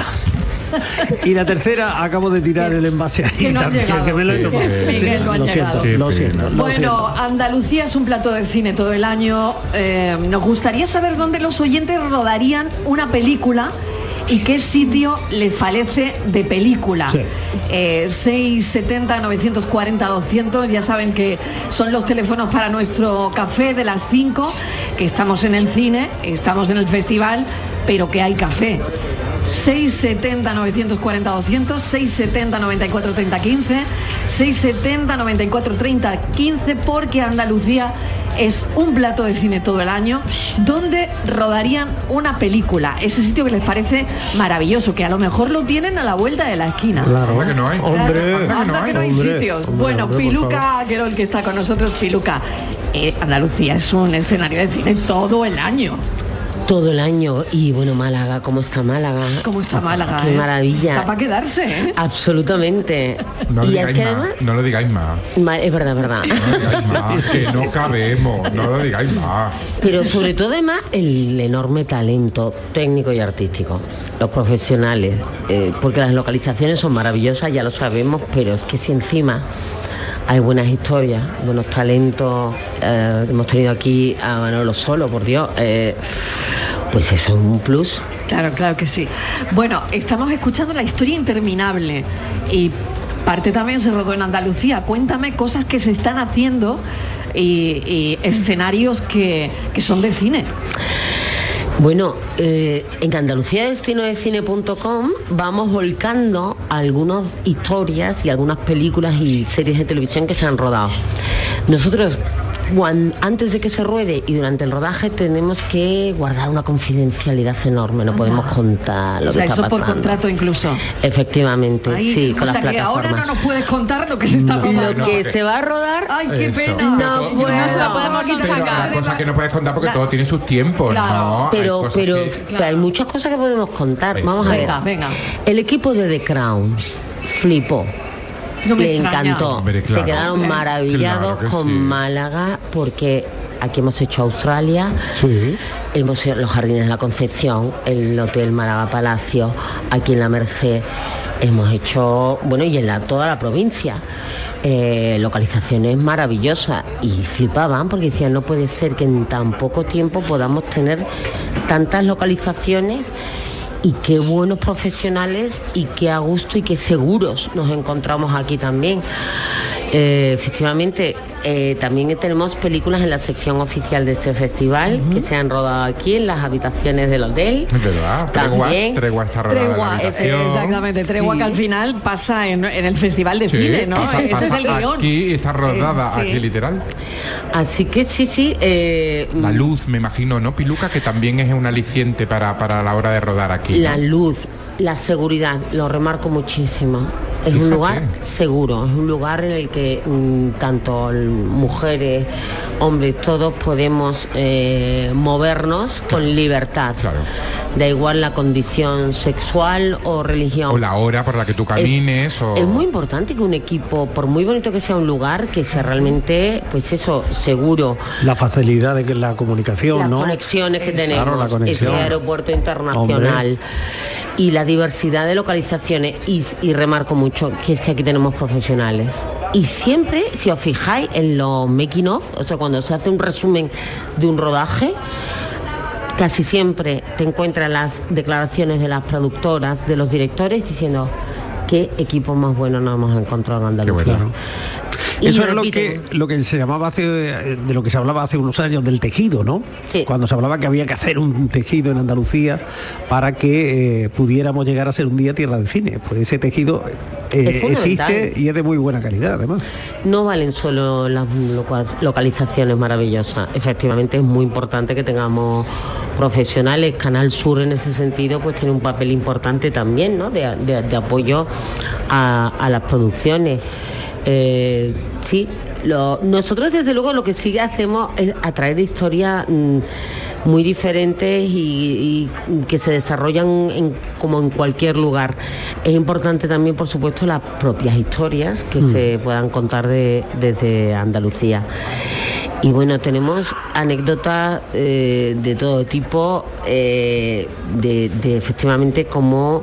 Y la tercera acabo de tirar el envase ahí Que no han también, llegado. que me lo he Qué tomado. pena. Miguel, no han lo llegado. siento, lo Qué siento, pena. lo Bueno, siento. Andalucía es un plato de cine todo el año. Eh, nos gustaría saber dónde los oyentes rodarían una película y qué sitio les parece de película. Sí. Eh, seis setenta novecientos cuarenta doscientos, ya saben que son los teléfonos para nuestro café de las cinco, que estamos en el cine, estamos en el festival, pero que hay café. seis setenta novecientos cuarenta doscientos, seis setenta noventa y cuatro treinta quince, seis setenta noventa y cuatro treinta quince, porque Andalucía es un plato de cine todo el año donde rodarían una película, ese sitio que les parece maravilloso, que a lo mejor lo tienen a la vuelta de la esquina. Claro. Anda que no hay. Hombre, Anda que no Anda hay. que no hay Hombre, sitios. hombre, Bueno, hombre, por Piluca favor. Querol, que está con nosotros. Piluca, eh, Andalucía es un escenario de cine todo el año. Todo el año. Y bueno, Málaga, ¿cómo está Málaga? ¿Cómo está Málaga? Qué eh? maravilla. Está para quedarse, ¿eh? Absolutamente. No lo y es digáis que más, además, no lo digáis más. ma- es verdad, es verdad. No lo digáis más, que no cabemos, no lo digáis más. Pero sobre todo además el enorme talento técnico y artístico, los profesionales, eh, porque las localizaciones son maravillosas, ya lo sabemos, pero es que si encima hay buenas historias, buenos talentos, eh, hemos tenido aquí a Manolo Solo, por Dios, eh, pues eso es un plus. Claro, claro que sí. Bueno, estamos escuchando La historia interminable y parte también se rodó en Andalucía. Cuéntame cosas que se están haciendo y, y escenarios que, que son de cine. Bueno, eh, en Andalucía Destino de Cine punto com vamos volcando algunas historias y algunas películas y series de televisión que se han rodado. Nosotros, cuando, antes de que se ruede y durante el rodaje, tenemos que guardar una confidencialidad enorme, no podemos contar lo o sea, que está eso pasando. por contrato incluso. Efectivamente, Ay, sí, o con sea las que plataformas. ahora no nos puedes contar lo que se está rodando. Lo que se va a rodar. Ay, qué Eso. pena. No, Bueno, no se lo podemos Pero sacar. hay cosas que no puedes contar porque todo tiene sus tiempos, Claro. ¿no? Hay Pero, cosas pero, que- pero hay muchas cosas que podemos contar. Eso. Vamos a ver. Venga, venga. El equipo de The Crown flipó. No me Le extraña. encantó. Hombre, claro. Se quedaron maravillados Claro que con sí. Málaga porque aquí hemos hecho Australia, Sí. hemos hecho los Jardines de la Concepción, el Hotel Málaga Palacio, aquí en la Merced, hemos hecho, bueno, y en la, toda la provincia. Eh, localizaciones maravillosas y flipaban porque decían no puede ser que en tan poco tiempo podamos tener tantas localizaciones y qué buenos profesionales y qué a gusto y qué seguros nos encontramos aquí también. Eh, efectivamente, eh, también tenemos películas en la sección oficial de este festival uh-huh. que se han rodado aquí en las habitaciones del hotel. Es verdad, Tregua, También, Tregua está rodada en la Tregua, habitación. exactamente, Tregua Sí. que al final pasa en, en el Festival de Sí, Cine, ¿no? pasa- Ese es pasa el guión. Aquí está rodada, Eh, sí. aquí literal. Así que sí, sí. Eh, La luz, me imagino, ¿no, Piluca? Que también es un aliciente para, para la hora de rodar aquí. La ¿no? luz, la seguridad, lo remarco muchísimo. Es Fíjate. un lugar seguro, es un lugar en el que mm, tanto mujeres, hombres, todos podemos eh, movernos con libertad. Claro. Da igual la condición sexual o religión. O la hora por la que tú camines. Es, o... es muy importante que un equipo, por muy bonito que sea un lugar, que sea realmente, pues eso, seguro. La facilidad de que la comunicación, Las ¿no? conexiones que Claro, tenemos, la conexión. ese aeropuerto internacional. Hombre. Y la diversidad de localizaciones y, y remarco mucho que es que aquí tenemos profesionales y siempre, si os fijáis en los making of, o sea, cuando se hace un resumen de un rodaje, casi siempre te encuentras las declaraciones de las productoras, de los directores diciendo qué equipo más bueno nos hemos encontrado en Andalucía. Bueno. Y Eso era lo repiten. que, lo que se llamaba hace, de lo que se hablaba hace unos años del tejido, ¿no? Sí. Cuando se hablaba que había que hacer un tejido en Andalucía para que eh, pudiéramos llegar a ser un día tierra de cine. Pues ese tejido eh, Es fundamental. existe y es de muy buena calidad, además. No valen solo las loca- localizaciones maravillosas. Efectivamente es muy importante que tengamos profesionales. Canal Sur en ese sentido pues tiene un papel importante también, ¿no? de, de- de apoyo a, a las producciones. Eh, sí, lo- nosotros desde luego lo que sí hacemos es atraer historias mm, muy diferentes y, y que se desarrollan en- como en cualquier lugar. Es importante también, por supuesto, las propias historias que Mm. se puedan contar de- desde Andalucía. Y bueno, tenemos anécdotas eh, de todo tipo, eh, de, de efectivamente cómo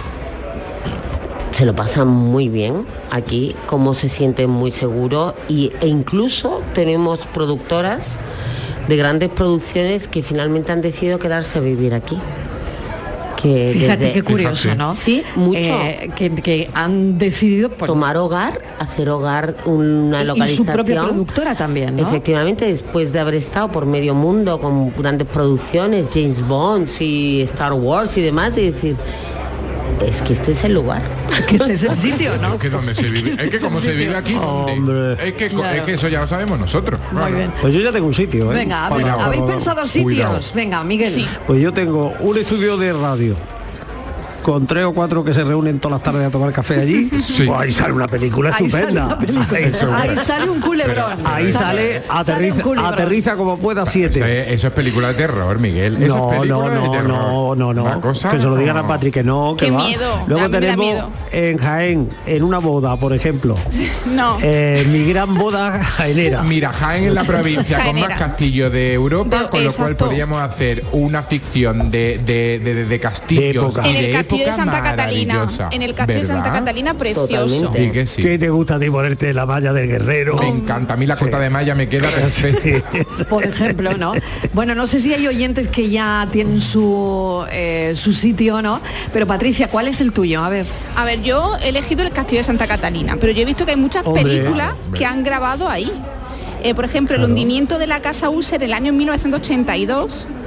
se lo pasan muy bien aquí, cómo se sienten muy seguros y, e incluso tenemos productoras de grandes producciones que finalmente han decidido quedarse a vivir aquí. Que Fíjate desde- qué curioso, ¿no? Sí, mucho. Eh, que, que han decidido pues, tomar hogar, hacer hogar, una y- y localización. su propia productora también, ¿no? Efectivamente, después de haber estado por medio mundo con grandes producciones, James Bond y Star Wars y demás, y decir, es que este es el lugar. Que este es el sitio, ¿no? Es que donde se vive, es que Este es como el se sitio. vive aquí, ¿dónde? Hombre. Es que, Claro. es que eso ya lo sabemos nosotros. Muy Bueno. bien. Pues yo ya tengo un sitio, ¿eh? Venga, a ver, Para- ¿habéis pensado sitios? Cuidado. Venga, Miguel. Pues yo tengo un estudio de radio con tres o cuatro que se reúnen todas las tardes a tomar café allí. Sí. Pues ahí sale una película Ahí sale estupenda. una película. Eso, Ahí sale un culebrón. ahí sale, un aterriza, culebrón. aterriza como pueda Eso siete. es, eso es película de terror, Miguel. Eso No, es película no, de no, terror. no, no, no. Una cosa, Que se lo digan no. a Patri que no, que Qué va. miedo, Luego a mí me da tenemos miedo. en Jaén, en una boda, por ejemplo, No. eh, mi gran boda jaenera. Mira, Jaén es la provincia con más Jaenera. castillos de Europa, De- con lo cual exacto. podríamos hacer una ficción de, de, de, de- de castillos De época. y En el de castillo de época Santa Catalina. maravillosa. En el castillo de Santa ¿Verdad? Catalina, precioso. Totalmente. Y que sí. ¿Qué te gusta a ti ponerte la malla del guerrero? Me encanta. A mí la cota de malla me queda perfecta. Por ejemplo, ¿no? Bueno, no sé si hay oyentes que ya tienen su, eh, su sitio, ¿no? Pero Patricia, ¿cuál es el tuyo? A ver. A ver, yo he elegido el castillo de Santa Catalina, pero yo he visto que hay muchas Hombre. películas Hombre. que han grabado ahí. Eh, por ejemplo, Claro. el hundimiento de la casa User en el año mil novecientos ochenta y dos.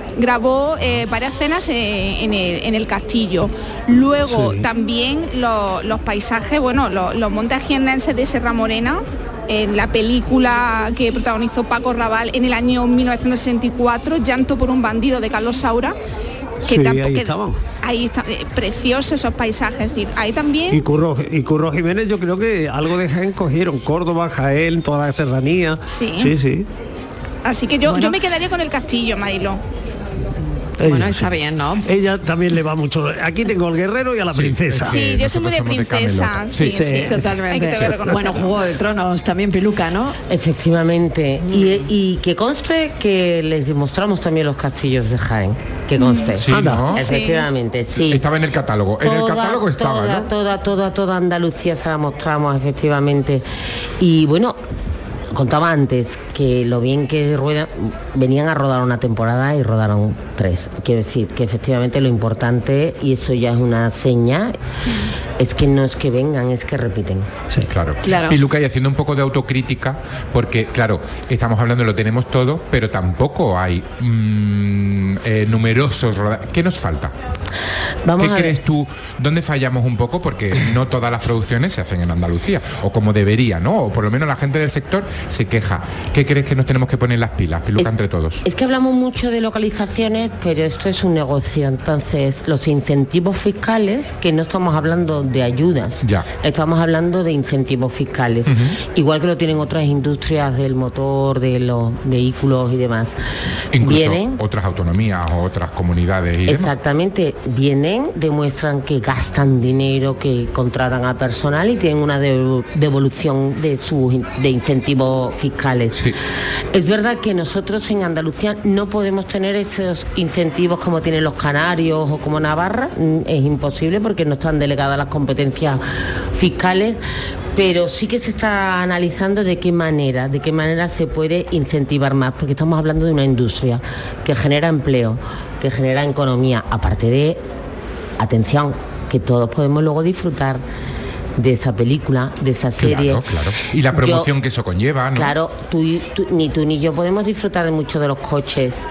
grabó eh, varias escenas eh, en, el, en el castillo. Luego sí. también lo, los paisajes, bueno, lo, los montes jiennenses de Sierra Morena, en la película que protagonizó Paco Rabanne en el año mil novecientos sesenta y cuatro, Llanto por un bandido, de Carlos Saura. Que sí, tampoco, ahí que, estaban. Ahí está, eh, preciosos esos paisajes, es decir, ahí también. Y Curro, y Curro Jiménez, yo creo que algo de Jaén cogieron, Córdoba, Jaén, toda la serranía. Sí. Sí, sí. Así que yo, Bueno. yo me quedaría con el castillo, Mailo. Ella, Bueno, está sí. bien, ¿no? Ella también le va mucho. Aquí tengo al guerrero y a la Sí, princesa. es Sí, que yo soy muy de nosotros somos de princesa. Camelot. Sí, sí, Sí, Hay que Totalmente. tengo que reconocerlo. Bueno, Juego de Tronos, también peluca, ¿no? Efectivamente. Mm. Y, y que conste que les demostramos también los castillos de Jaén. Que conste. Sí, ¿no? Efectivamente, sí. Estaba en el catálogo. En el Toda, catálogo estaba, toda, ¿no? Toda, toda, toda Andalucía se la mostramos, efectivamente. Y bueno, contaba antes que lo bien que rueda, venían a rodar una temporada y rodaron tres. Quiero decir que efectivamente lo importante, y eso ya es una seña, es que no es que vengan, es que repiten. Sí, claro. Claro. Y Luca, y haciendo un poco de autocrítica, porque claro, estamos hablando, lo tenemos todo, pero tampoco hay mm, eh, numerosos rodajes. ¿Qué nos falta? Vamos ¿Qué a crees ver. tú? ¿Dónde fallamos un poco? Porque no todas las producciones se hacen en Andalucía, o como debería, ¿no? O por lo menos la gente del sector se queja. ¿Qué crees que nos tenemos que poner las pilas, Luca, Es- entre todos? Es que hablamos mucho de localizaciones, pero esto es un negocio. Entonces, los incentivos fiscales, que no estamos hablando de ayudas, Ya. estamos hablando de incentivos fiscales, Ujú. igual que lo tienen otras industrias del motor, de los vehículos y demás. Incluso Vienen, otras autonomías o otras comunidades y demás. exactamente, vienen, demuestran que gastan dinero, que contratan a personal y tienen una devo- devolución de sus in- de incentivos fiscales. Sí. Es verdad que nosotros en Andalucía no podemos tener esos incentivos como tienen los canarios o como Navarra, mm, es imposible porque no están delegadas las competencias fiscales, pero sí que se está analizando de qué manera, de qué manera se puede incentivar más, porque estamos hablando de una industria que genera empleo, que genera economía, aparte de, atención, que todos podemos luego disfrutar de esa película, de esa serie. Claro, claro. Y la promoción Yo- que eso conlleva, ¿no? Claro, tú, y- tú- ni tú ni yo podemos disfrutar de muchos de los coches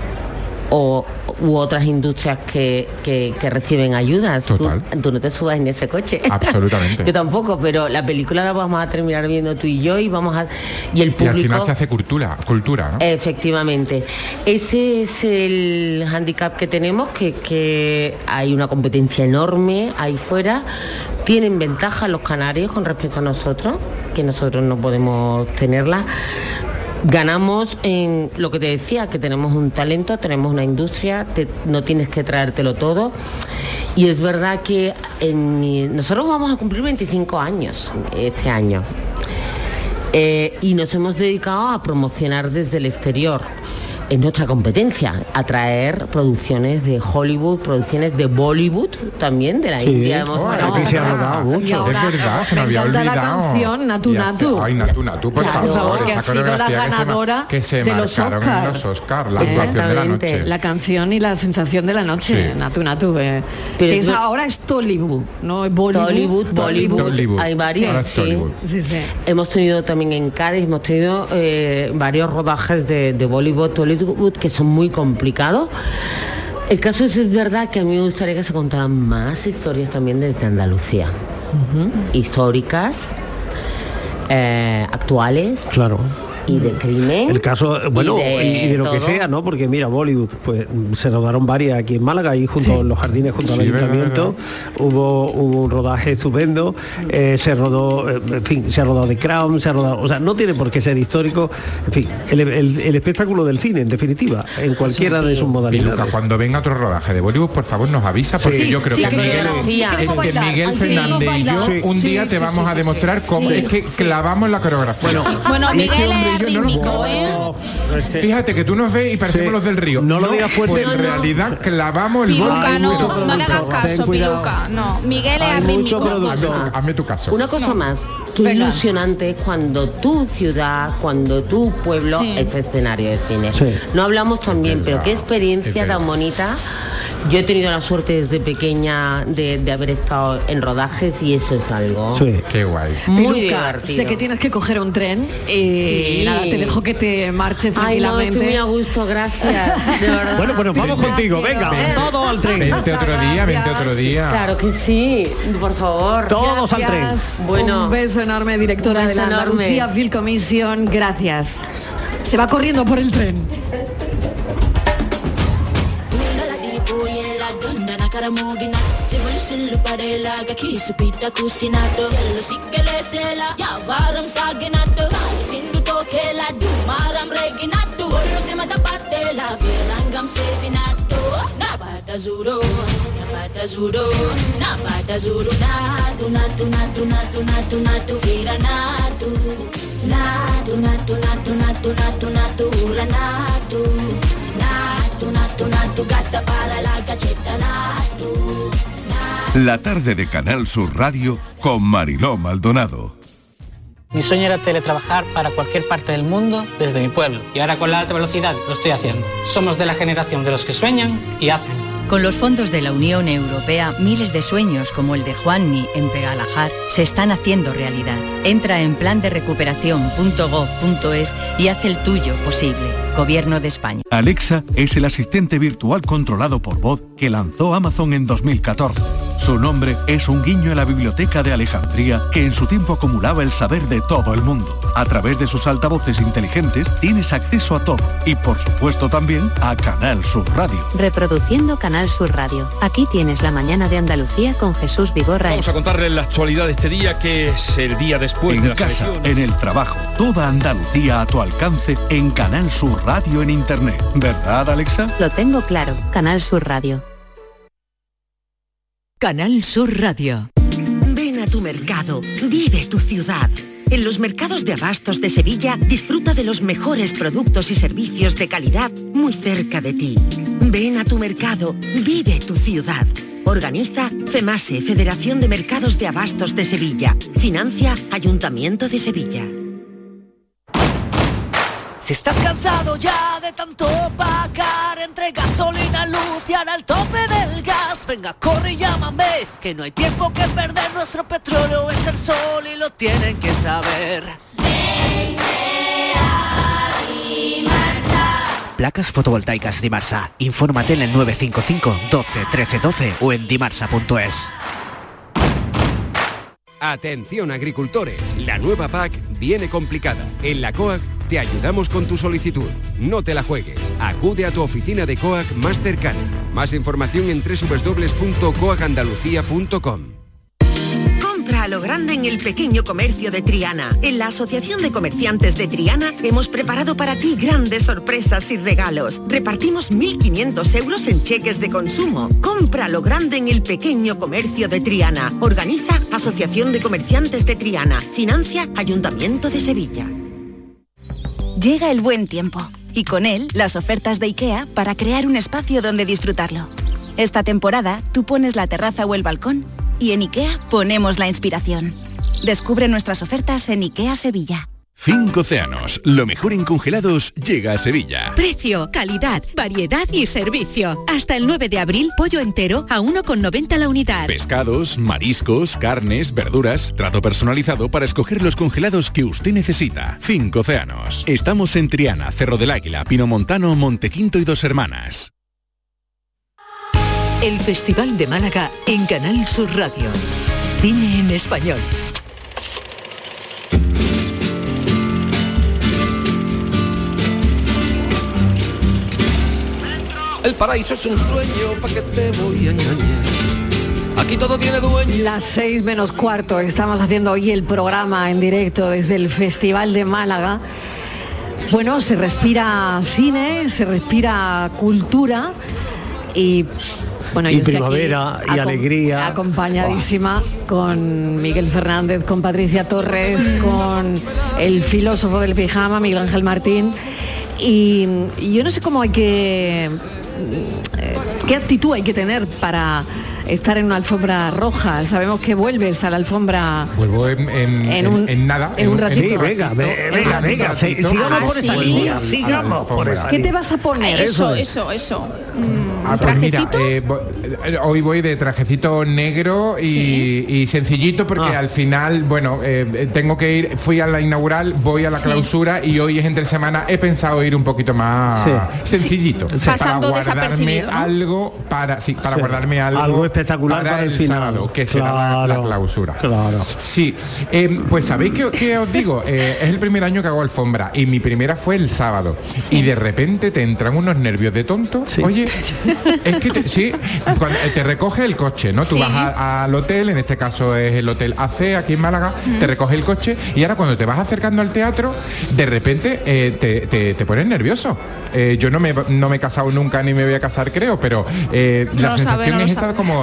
o u otras industrias que, que- que reciben ayudas. Tú- Total. Tú, no te subas en ese coche. Absolutamente. Yo tampoco, pero la película la vamos a terminar viendo tú y yo y vamos a y el Y al público. final se hace cultura, cultura, ¿no? Efectivamente. Ese es el hándicap que tenemos, que, que hay una competencia enorme ahí fuera. Tienen ventaja los canarios con respecto a nosotros, que nosotros no podemos tenerla. Ganamos en lo que te decía, que tenemos un talento, tenemos una industria, te- no tienes que traértelo todo. Y es verdad que en mi- nosotros vamos a cumplir veinticinco años este año. Eh, y nos hemos dedicado a promocionar desde el exterior. Es nuestra competencia, atraer producciones de Hollywood, producciones de Bollywood también, de la Sí. India. Hemos- Oh, aquí se ha rodado mucho. Y ahora, Es verdad, se me me había encanta la olvidado. canción Natu Y hace- Natu. Ay, Natu Natu, por Claro, favor. por favor, que esa ha sido la coreografía que se ma- ganadora que se de los marcaron en Oscar. los Oscar, la actuación de la Exactamente. noche. La canción y la sensación de la noche, Sí. Natu Natu. eh. Pero Que es es ver- ahora es Tollywood, no es Bollywood. Hollywood, Bollywood, Hollywood. hay varios, Ahora es sí. Hollywood. Sí, sí. Hemos tenido también en Cádiz, hemos tenido eh, varios rodajes de, de Bollywood, Hollywood, que son muy complicados. El caso es, es verdad que a mí me gustaría que se contaran más historias también desde Andalucía. Históricas, eh, actuales. Claro. Y de crimen. El caso, bueno, y de de, y de lo que todo. sea, ¿no? Porque mira, Bollywood, pues mm, se rodaron varias aquí en Málaga, ahí junto Sí. a los jardines, junto al Sí, verdad, ayuntamiento. Hubo, hubo un rodaje estupendo, eh, se rodó, eh, en fin, se ha rodado de Crown, se ha rodado, o sea, no tiene por qué ser histórico, en fin, el, el- el espectáculo del cine, en definitiva, en cualquiera de sus Y Luca, modalidades. cuando venga otro rodaje de Bollywood, por favor nos avisa, porque Sí, yo creo sí, que que Miguel, queremos- que es queremos que bailar. Miguel Ay, sí, Fernández y yo bailar. Sí, un sí, día sí, te sí, vamos sí, a sí, demostrar sí. cómo Sí, es que sí. clavamos la coreografía. Bueno, Este Miguel hombre y es yo no lo- rítmico, ¿eh? Fíjate que tú nos ves y parecemos Sí. los del río. No lo digas fuerte. Pues en No, no. realidad clavamos el Piluca, boli. no, mucho no le hagas producto. caso, Ten cuidado. Piluca. No, Miguel es Hay mucho rítmico. producto. Hazme, hazme tu caso. Una cosa más, qué Venga. ilusionante es cuando tu ciudad, cuando tu pueblo Sí. es escenario de cine. Sí. No hablamos también, Es pero verdad, qué es experiencia verdad. tan bonita Yo he tenido la suerte desde pequeña de, de haber estado en rodajes y eso es algo sí. Qué guay. Muy Luca, divertido. sé que tienes que coger un tren y sí. nada, te dejo que te marches Ay, no, tranquilamente. estoy muy a gusto, gracias. De verdad. Bueno, pues nos vamos Gracias. contigo, venga, Ven. todos al tren. Vente otro día, vente otro día. Claro que sí, por favor. Todos al tren. Gracias. Bueno. Un beso enorme, directora Un de la beso enorme. Andalucía Film Commission. Gracias. Se va corriendo por el tren. La tarde de Canal Sur Radio con Mariló Maldonado. Mi sueño era teletrabajar para cualquier parte del mundo desde mi pueblo y ahora con la alta velocidad lo estoy haciendo. Somos de la generación de los que sueñan y hacen. Con los fondos de la Unión Europea, miles de sueños como el de Juanmi en Pegalajar se están haciendo realidad. Entra en plan de recuperación punto gob punto es y haz el tuyo posible. Gobierno de España. Alexa es el asistente virtual controlado por voz que lanzó Amazon en dos mil catorce. Su nombre es un guiño a la biblioteca de Alejandría que en su tiempo acumulaba el saber de todo el mundo. A través de sus altavoces inteligentes tienes acceso a todo y por supuesto también a Canal Sur Radio. Reproduciendo Canal Sur Radio. Aquí tienes la mañana de Andalucía con Jesús Vigorra. Vamos a contarles la actualidad de este día, que es el día después en de las casa, elecciones. en el trabajo, toda Andalucía a tu alcance en Canal Sur Radio en Internet. ¿Verdad, Alexa? Lo tengo claro. Canal Sur Radio. Canal Sur Radio. Ven a tu mercado, vive tu ciudad. En los mercados de abastos de Sevilla disfruta de los mejores productos y servicios de calidad muy cerca de ti. Ven a tu mercado, vive tu ciudad. Organiza FEMASE, Federación de Mercados de Abastos de Sevilla. Financia Ayuntamiento de Sevilla. Si estás cansado ya de tanto pagar entre gasolina, luz y ahora el tope del gas, venga, corre y llámame, que no hay tiempo que perder, nuestro petróleo es el sol y lo tienen que saber. Placas fotovoltaicas Dimarsa. Infórmate en el nueve cinco cinco doce trece doce o en dimarsa punto es. Atención agricultores, la nueva P A C viene complicada. En la COAG te ayudamos con tu solicitud. No te la juegues. Acude a tu oficina de COAG más cercana. Más información en doble u doble u doble u punto coag andalucía punto com. Compra a lo grande en el pequeño comercio de Triana. En la Asociación de Comerciantes de Triana hemos preparado para ti grandes sorpresas y regalos. Repartimos mil quinientos euros en cheques de consumo. Compra a lo grande en el pequeño comercio de Triana. Organiza Asociación de Comerciantes de Triana. Financia Ayuntamiento de Sevilla. Llega el buen tiempo y con él las ofertas de IKEA para crear un espacio donde disfrutarlo. Esta temporada tú pones la terraza o el balcón y en IKEA ponemos la inspiración. Descubre nuestras ofertas en IKEA Sevilla. Cinco Océanos, lo mejor en congelados llega a Sevilla. Precio, calidad, variedad y servicio. Hasta el nueve de abril, pollo entero a uno con noventa la unidad. Pescados, mariscos, carnes, verduras, trato personalizado para escoger los congelados que usted necesita. Cinco Océanos. Estamos en Triana, Cerro del Águila, Pinomontano, Montequinto y Dos Hermanas. El Festival de Málaga en Canal Sur Radio. Cine en español. El paraíso es un sueño, ¿pa' qué te voy a engañar? Aquí todo tiene dueño. Las seis menos cuarto, estamos haciendo hoy el programa en directo desde el Festival de Málaga. Bueno, se respira cine, se respira cultura y... Bueno, y yo primavera y alegría. Acompañadísima con Miguel Fernández, con Patricia Torres, con el filósofo del pijama, Miguel Ángel Martín. Y, y yo no sé cómo hay que... ¿Qué actitud hay que tener para estar en una alfombra roja? Sabemos que vuelves a la alfombra... Vuelvo en, en, en, un, en nada. En un ratito. Sí, venga, venga, venga, sigamos por esa línea, sigamos por esa línea. ¿Qué te vas a poner? Eso, eso, eso. Mm. Ah, pues mira, eh, hoy voy de trajecito negro y, sí. y sencillito porque ah. al final, bueno, eh, tengo que ir, fui a la inaugural, voy a la sí. clausura y hoy es entre semana, he pensado ir un poquito más sí. sencillito. Sí. Pasando para guardarme ¿no? algo, para, sí, para sí. guardarme algo, algo espectacular para, para el, el sábado, que claro, será la, la clausura. Claro. Sí, eh, pues ¿sabéis qué, qué os digo? Eh, es el primer año que hago alfombra y mi primera fue el sábado. Sí. Y de repente te entran unos nervios de tonto. Sí. Oye, es que te, sí, cuando te recoge el coche, ¿no? Tú sí. vas a, al hotel, en este caso es el hotel A C aquí en Málaga, mm. te recoge el coche y ahora cuando te vas acercando al teatro, de repente eh, te, te, te pones nervioso. Eh, yo no me, no me he casado nunca ni me voy a casar, creo, pero eh, la no sensación sabe, no es esta como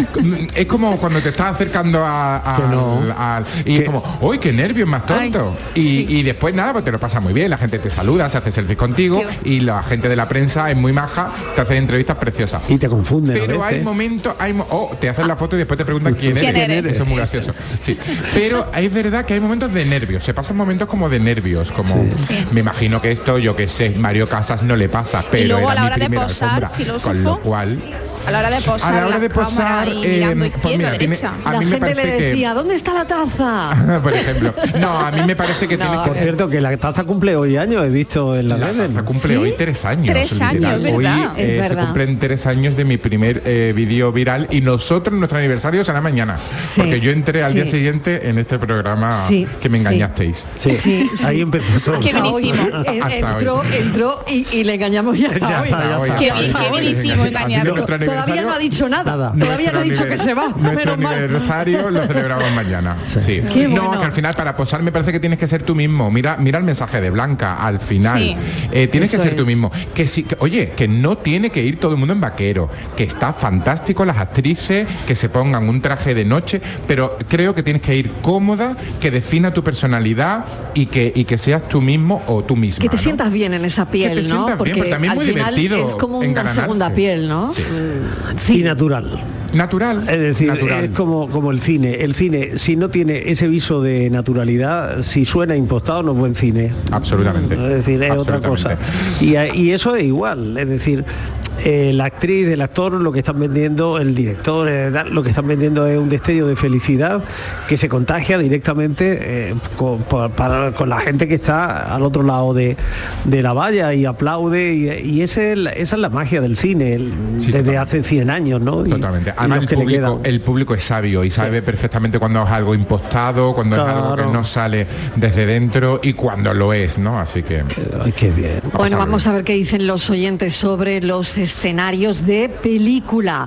es como cuando te estás acercando a, a no. al, al, y es como, uy, qué nervios más tonto. Ay, y, sí. y después nada, pues te lo pasa muy bien, la gente te saluda, se hace selfies contigo Qué... y la gente de la prensa es muy maja, te hace entrevistas preciosas. Y te confunden. Pero hay momentos, hay mo oh, te hacen la foto y después te preguntan quién, ¿Quién eres? eres. Eso es muy gracioso. Sí. Pero es verdad que hay momentos de nervios, se pasan momentos como de nervios, como sí. Sí. me imagino que esto, yo que sé, Mario Casas no le pasa, pero y luego a la hora de posar, alfombra, filósofo, con lo cual a la hora de posar, a la hora de posar, y mirando eh, izquierda, pues mira, derecha. Tiene, a la mí gente me le decía, que... ¿dónde está la taza? Por ejemplo. No, a mí me parece que no, tiene que por cierto, que la taza cumple hoy años, he visto en la La redes. taza cumple ¿Sí? hoy tres años. Tres años, literal. Hoy eh, es se cumplen tres años de mi primer eh, vídeo viral y nosotros, nuestro aniversario será mañana. Sí, porque yo entré al sí. día siguiente en este programa sí, que me engañasteis. Sí, sí, sí. Ahí empezó todo. Qué bien hicimos. entró, entró y, y le engañamos y hasta ya hoy. Está, ya hoy. Qué bien, qué bien hicimos engañarlo. Todavía no ha dicho nada. nada. Todavía no ha dicho que se va. Nuestro aniversario lo celebramos mañana. Sí. sí. No, bueno. que al final para posar me parece que tienes que ser tú mismo. Mira, mira el mensaje de Blanca al final. Sí. Eh, tienes Eso que ser es. tú mismo. Que sí, que, oye, que no tiene que ir todo el mundo en vaquero, que está fantástico las actrices que se pongan un traje de noche, pero creo que tienes que ir cómoda, que defina tu personalidad y que y que seas tú mismo o tú misma. Que te ¿no? sientas bien en esa piel, que te ¿no? Porque bien, pero también al muy final divertido es como una segunda piel, ¿no? Sí. sí. Y natural. Natural. Es decir, natural. es como, como el cine. El cine, si no tiene ese viso de naturalidad, si suena impostado, no es buen cine. Absolutamente. Es decir, es otra cosa. Y, y eso es igual. Es decir, eh, la actriz, el actor, lo que están vendiendo, el director, eh, lo que están vendiendo es un destello de felicidad que se contagia directamente eh, con, para, con la gente que está al otro lado de, de la valla y aplaude. Y, y ese es la, esa es la magia del cine, el, sí, desde totalmente. hace cien años, ¿no? Y, totalmente. Además, el público, el público es sabio y sabe sí. perfectamente cuando es algo impostado, cuando claro. es algo que no sale desde dentro y cuando lo es, ¿no? Así que... Ay, qué bien. Vamos bueno, a vamos a ver qué dicen los oyentes sobre los escenarios de película.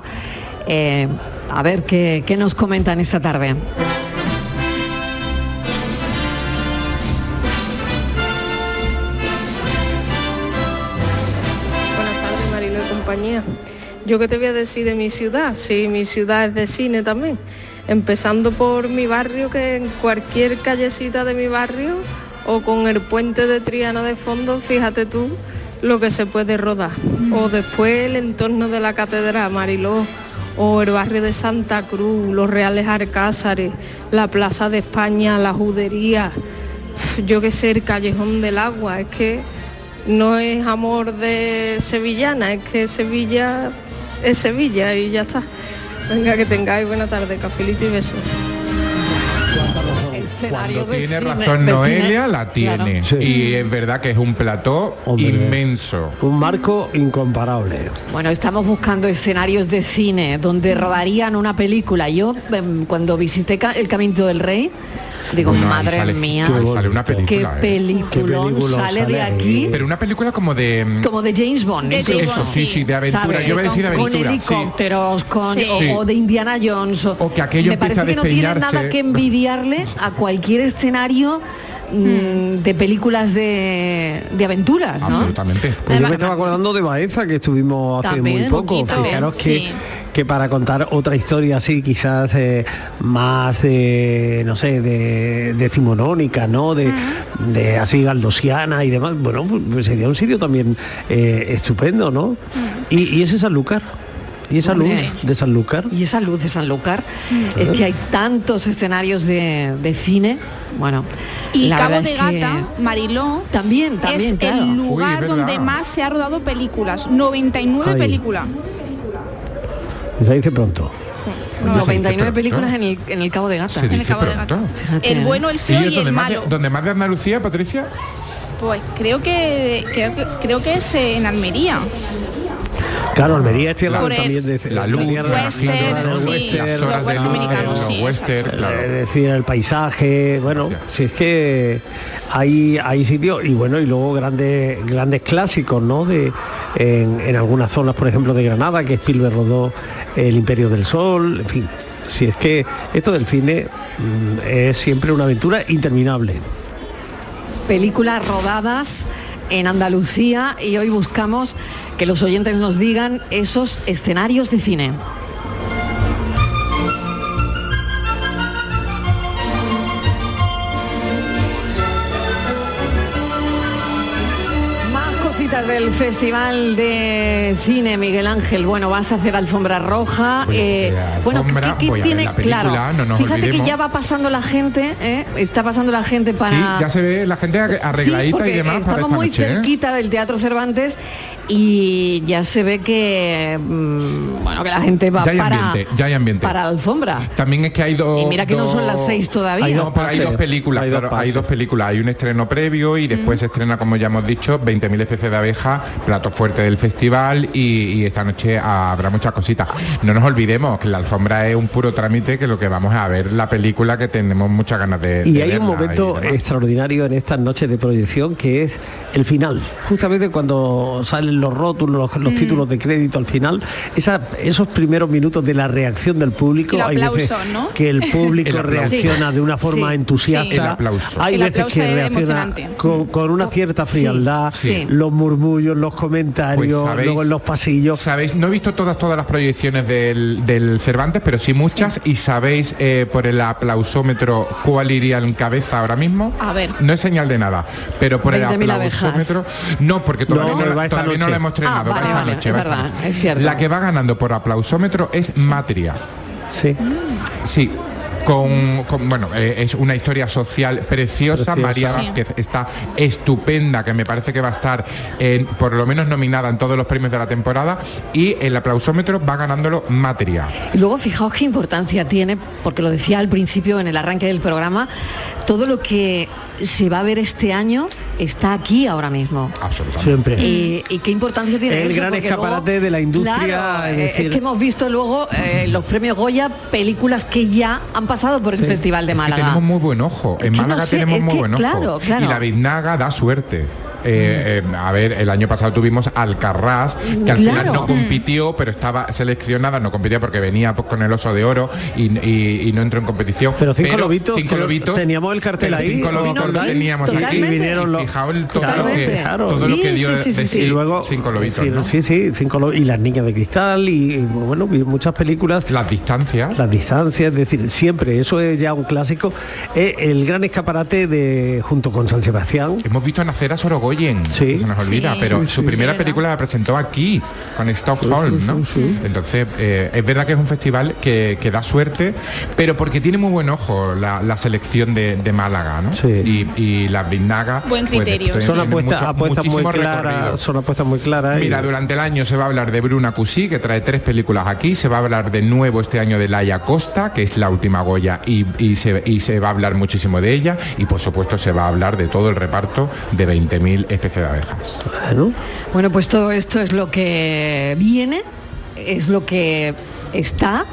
Eh, a ver qué, qué nos comentan esta tarde. Buenas tardes, Marilo y compañía. Yo qué te voy a decir de mi ciudad, si mi ciudad es de cine también, empezando por mi barrio, que en cualquier callecita de mi barrio o con el puente de Triana de fondo, fíjate tú lo que se puede rodar. O después el entorno de la catedral, Mariló, o el barrio de Santa Cruz, los Reales Alcázares, la Plaza de España, la Judería, yo qué sé, el Callejón del Agua. Es que no es amor de sevillana, es que Sevilla es Sevilla y ya está. Venga, que tengáis buena tarde, cafelito y besos. Cuando tiene razón Noelia, la tiene. Claro. Sí. Y es verdad que es un plató Hombre, inmenso. Un marco incomparable. Bueno, estamos buscando escenarios de cine donde rodarían una película. Yo, cuando visité El Caminito del Rey, digo, bueno, madre sale, mía, sale una película, qué peliculón ¿eh? sale, sale de aquí. Pero una película como de... Como de James Bond. De James Bond, sí, sí, de aventura. ¿Sabe? Yo voy a decir de aventura. Con helicópteros, sí. con, sí. o, o de Indiana Jones. O, o que aquello me parece a que no tiene nada que envidiarle a cualquier escenario mm. de películas de, de aventuras, ¿no? Absolutamente. Pues yo me estaba acordando de Baeza, que estuvimos hace También, muy poco. Poquito, Fijaros sí. que... que para contar otra historia así, quizás eh, más de, no sé, de decimonónica, ¿no? De, uh-huh. de así galdosiana y demás. Bueno, pues sería un sitio también eh, estupendo, ¿no? Uh-huh. Y, y ese Sanlúcar. Y esa Hombre. luz de Sanlúcar. Y esa luz de Sanlúcar. Uh-huh. Es que hay tantos escenarios de, de cine. Bueno. Y Cabo de Gata, que... Mariló, también, también, es claro. el lugar Uy, donde más se ha rodado películas. noventa y nueve Ay. películas. Se dice pronto. No, noventa y nueve películas en el, en el Cabo de Gata. Se En el dice Cabo de pronto. Gata. El bueno, el feo ¿Y y, es el donde más, malo. de, donde más de Andalucía, Patricia? Pues creo que creo que, creo que es en Almería. Claro, Almería es tierra Por el- también de La luz, tierra la western, tierra del sí, western, las horas los de luz, americanos, los sí, western, claro. es decir, el paisaje, bueno, si es que hay hay sitios y bueno, y luego grandes grandes clásicos, ¿no? De en, en algunas zonas, por ejemplo, de Granada, que Spielberg rodó El Imperio del Sol, en fin. Si es que esto del cine mm, es siempre una aventura interminable. Películas rodadas en Andalucía y hoy buscamos que los oyentes nos digan esos escenarios de cine. Más cositas del Festival de Cine, Miguel Ángel. Bueno, vas a hacer alfombra roja. Pues, eh, eh, bueno, alfombra, ¿qué, qué voy a ver tiene? la película, Claro, no nos fíjate olvidemos. que ya va pasando la gente, ¿eh? Está pasando la gente para... Sí, ya se ve la gente arregladita Sí, porque y demás para estamos esta muy noche, ¿eh? cerquita del Teatro Cervantes y ya se ve que mm, bueno, que la gente va Ya hay para ambiente, ya hay ambiente. para la alfombra. También es que hay dos... Y mira que no dos- son las seis todavía. Hay Hay dos, dos pero hay pases. dos películas, Hay dos claro, hay pases. dos películas. Hay un estreno previo y después se estrena, como ya hemos dicho, veinte mil especies de abeja, plato fuerte del festival y, y esta noche habrá muchas cositas. No nos olvidemos que la alfombra es un puro trámite, que lo que vamos a ver la película que tenemos muchas ganas de, Y de hay un verla momento y demás. extraordinario en estas noches de proyección que es el final. Justamente cuando salen los rótulos, los, los Mm. títulos de crédito al final, esa, esos primeros minutos de la reacción del público, El hay veces aplauso, ¿no? que el público El aplauso. reacciona de una forma Sí, entusiasta. sí. El aplauso. Hay El veces aplauso que es reacciona emocionante. con, con una cierta Sí, frialdad, sí. los murmullos, los Pues, comentarios, ¿sabéis? luego en los pasillos. Sabéis, no he visto todas todas las proyecciones del, del Cervantes, pero sí muchas. Y sabéis eh, por el aplausómetro cuál iría en cabeza ahora mismo. A ver. No es señal de nada, pero por el veinte mil abejas. aplausómetro no, porque todavía No, no, la, va esta todavía no noche. la hemos estrenado. Ah, va vale, esta vale, noche, es va esta verdad, noche. es cierto. La que va ganando por aplausómetro es Matria. Sí. Sí. Con, con- bueno, eh, es una historia social preciosa. Preciosa. María Sí. Vázquez está estupenda, que me parece que va a estar en, por lo menos nominada en todos los premios de la temporada, y el aplausómetro va ganándolo Matria. Y luego fijaos qué importancia tiene, porque lo decía al principio en el arranque del programa, todo lo que se va a ver este año está aquí ahora mismo. Absolutamente. Siempre. Y, y qué importancia tiene El eso, gran porque escaparate luego- de la industria, Claro, es eh, decir- es que hemos visto luego eh, los premios Goya, películas que ya han pasado por el Sí. Festival de Es que Málaga. tenemos muy buen ojo. En Es que no Málaga sé, tenemos es muy que, buen ojo. claro, claro. Y la Biznaga da suerte. Eh, eh, a ver, el año pasado tuvimos Alcarrás, que al Claro. final no compitió, pero estaba seleccionada, no competía porque venía pues, con el oso de oro y, y- y no entró en competición. Pero cinco lobitos, cinco creo- lobitos, teníamos el cartel pero ahí, cinco o lobitos lo total- teníamos aquí. totalmente. Y vinieron los- Fijaos el- todo, lo Totalmente. que, Claro. todo lo Sí, que dio sí, sí, de sí, sí, sí. Y luego cinco lobitos, sí, ¿no? sí, sí, cinco lo- y las niñas de cristal y, y, bueno, y muchas películas. Las distancias. Las distancias, es decir, siempre, eso es ya un clásico. Es el gran escaparate de junto con San Sebastián. Hemos visto nacer a Sorogoyen, Sí. que se nos olvida, Sí. pero Sí, su sí. primera Sí, película la presentó aquí, con Stockholm, Sí, sí, ¿no? sí, sí. Entonces, eh, es verdad que es un festival que, que da suerte, pero porque tiene muy buen ojo la, la selección de, de Málaga, ¿no? Sí. Y, y las Biznaga... Buen criterio, pues, sí. Son tienen apuestas, mucho- apuestas muy muchísimo claras, recorrido. son apuestas muy claras. y- Mira, durante el año se va a hablar de Bruna Cusí, que trae tres películas aquí, se va a hablar de nuevo este año de Laia Costa, que es la última Goya, y, y se, y se va a hablar muchísimo de ella, y por supuesto se va a hablar de todo el reparto de veinte mil especies de abejas. Bueno, Bueno, pues todo esto es lo que viene, es lo que está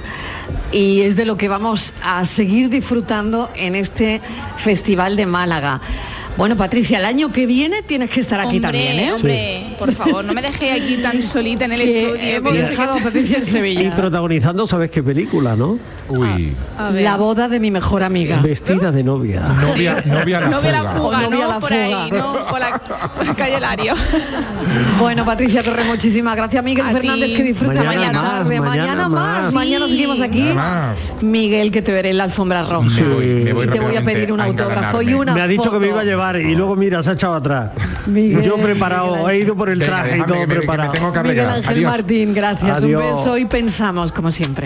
y es de lo que vamos a seguir disfrutando en este Festival de Málaga. Bueno, Patricia, el año que viene tienes que estar aquí Hombre, también, ¿eh? hombre, por favor, no me dejé aquí tan solita en el Que estudio. hemos que yo sé dejado que- a Patricia en y Sevilla. protagonizando, ¿sabes qué película, no? Uy, A ver. La boda de mi mejor amiga. Vestida de novia. novia, novia a la Novia a la fuga. fuga, O novia a ¿no? la Por fuga. ahí, ¿no? Por la, por la calle Lario. Bueno, Patricia Torre, muchísimas gracias. Miguel A Fernández, ti. que disfruta Mañana mañana, más, tarde. mañana Mañana más. más. Mañana Sí. seguimos aquí. Más. Miguel, que te veré en la alfombra roja. Me voy, me voy Y te voy a rápidamente pedir un a autógrafo y engalanarme. una Me ha dicho que me foto. iba a llevar y luego mira, se ha echado atrás. Miguel, Yo preparado, Miguel he ido por el Venga, traje y déjame todo que me- que me preparado. tengo que Miguel arreglar. Ángel Adiós. Martín, gracias. Adiós. Un beso y pensamos como siempre.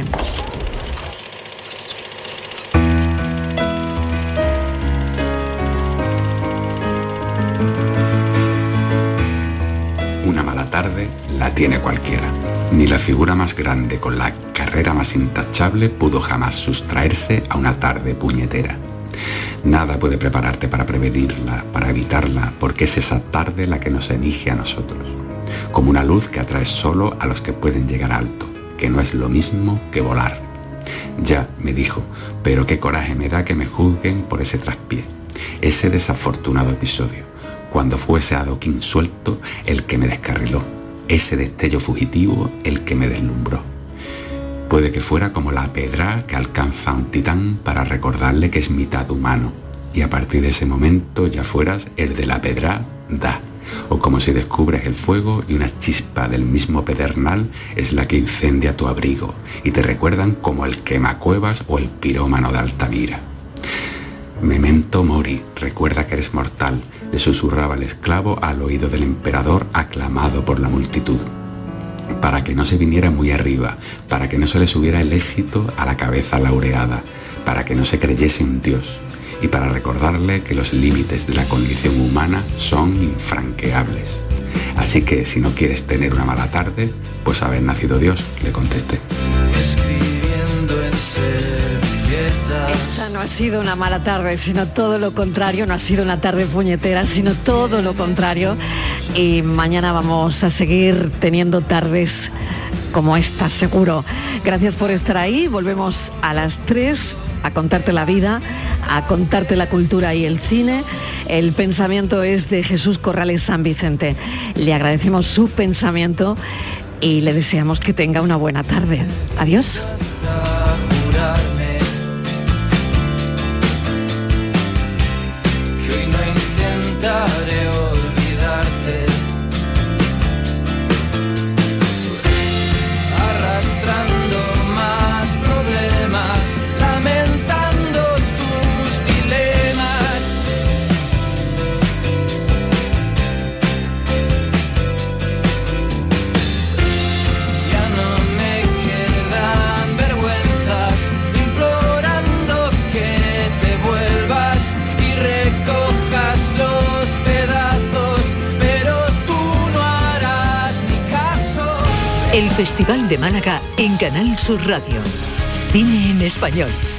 Una mala tarde, la tiene cualquiera. Ni la figura más grande con la carrera más intachable pudo jamás sustraerse a una tarde puñetera. Nada puede prepararte para prevenirla, para evitarla, porque es esa tarde la que nos elige a nosotros. Como una luz que atrae solo a los que pueden llegar alto, que no es lo mismo que volar. Ya, me dijo, pero qué coraje me da que me juzguen por ese traspié, ese desafortunado episodio, cuando fue ese adoquín suelto el que me descarriló, ese destello fugitivo el que me deslumbró. Puede que fuera como la pedra que alcanza a un titán para recordarle que es mitad humano, y a partir de ese momento ya fueras el de la pedra da, o como si descubres el fuego y una chispa del mismo pedernal es la que incendia tu abrigo, y te recuerdan como el quemacuevas o el pirómano de Altamira. Memento mori, recuerda que eres mortal, le susurraba el esclavo al oído del emperador aclamado por la multitud, para que no se viniera muy arriba, para que no se le subiera el éxito a la cabeza laureada, para que no se creyese un dios, y para recordarle que los límites de la condición humana son infranqueables. Así que si no quieres tener una mala tarde, pues haber nacido Dios, le contesté. Escribiendo en servilletas. Esta no ha sido una mala tarde, sino todo lo contrario. No ha sido una tarde puñetera, sino todo lo contrario. Y mañana vamos a seguir teniendo tardes como esta, seguro. Gracias por estar ahí. Volvemos a las tres a contarte la vida, a contarte la cultura y el cine. El pensamiento es de Jesús Corrales San Vicente. Le agradecemos su pensamiento y le deseamos que tenga una buena tarde. Adiós. Que hoy no intentaré olvidarte, arrastrando más problemas, lamentando tus dilemas. Ya no me quedan vergüenzas, implorando que te vuelvas y recojas los pedazos, pero tú no harás ni caso. El Festival de Málaga en Canal Sur Radio. Cine en español.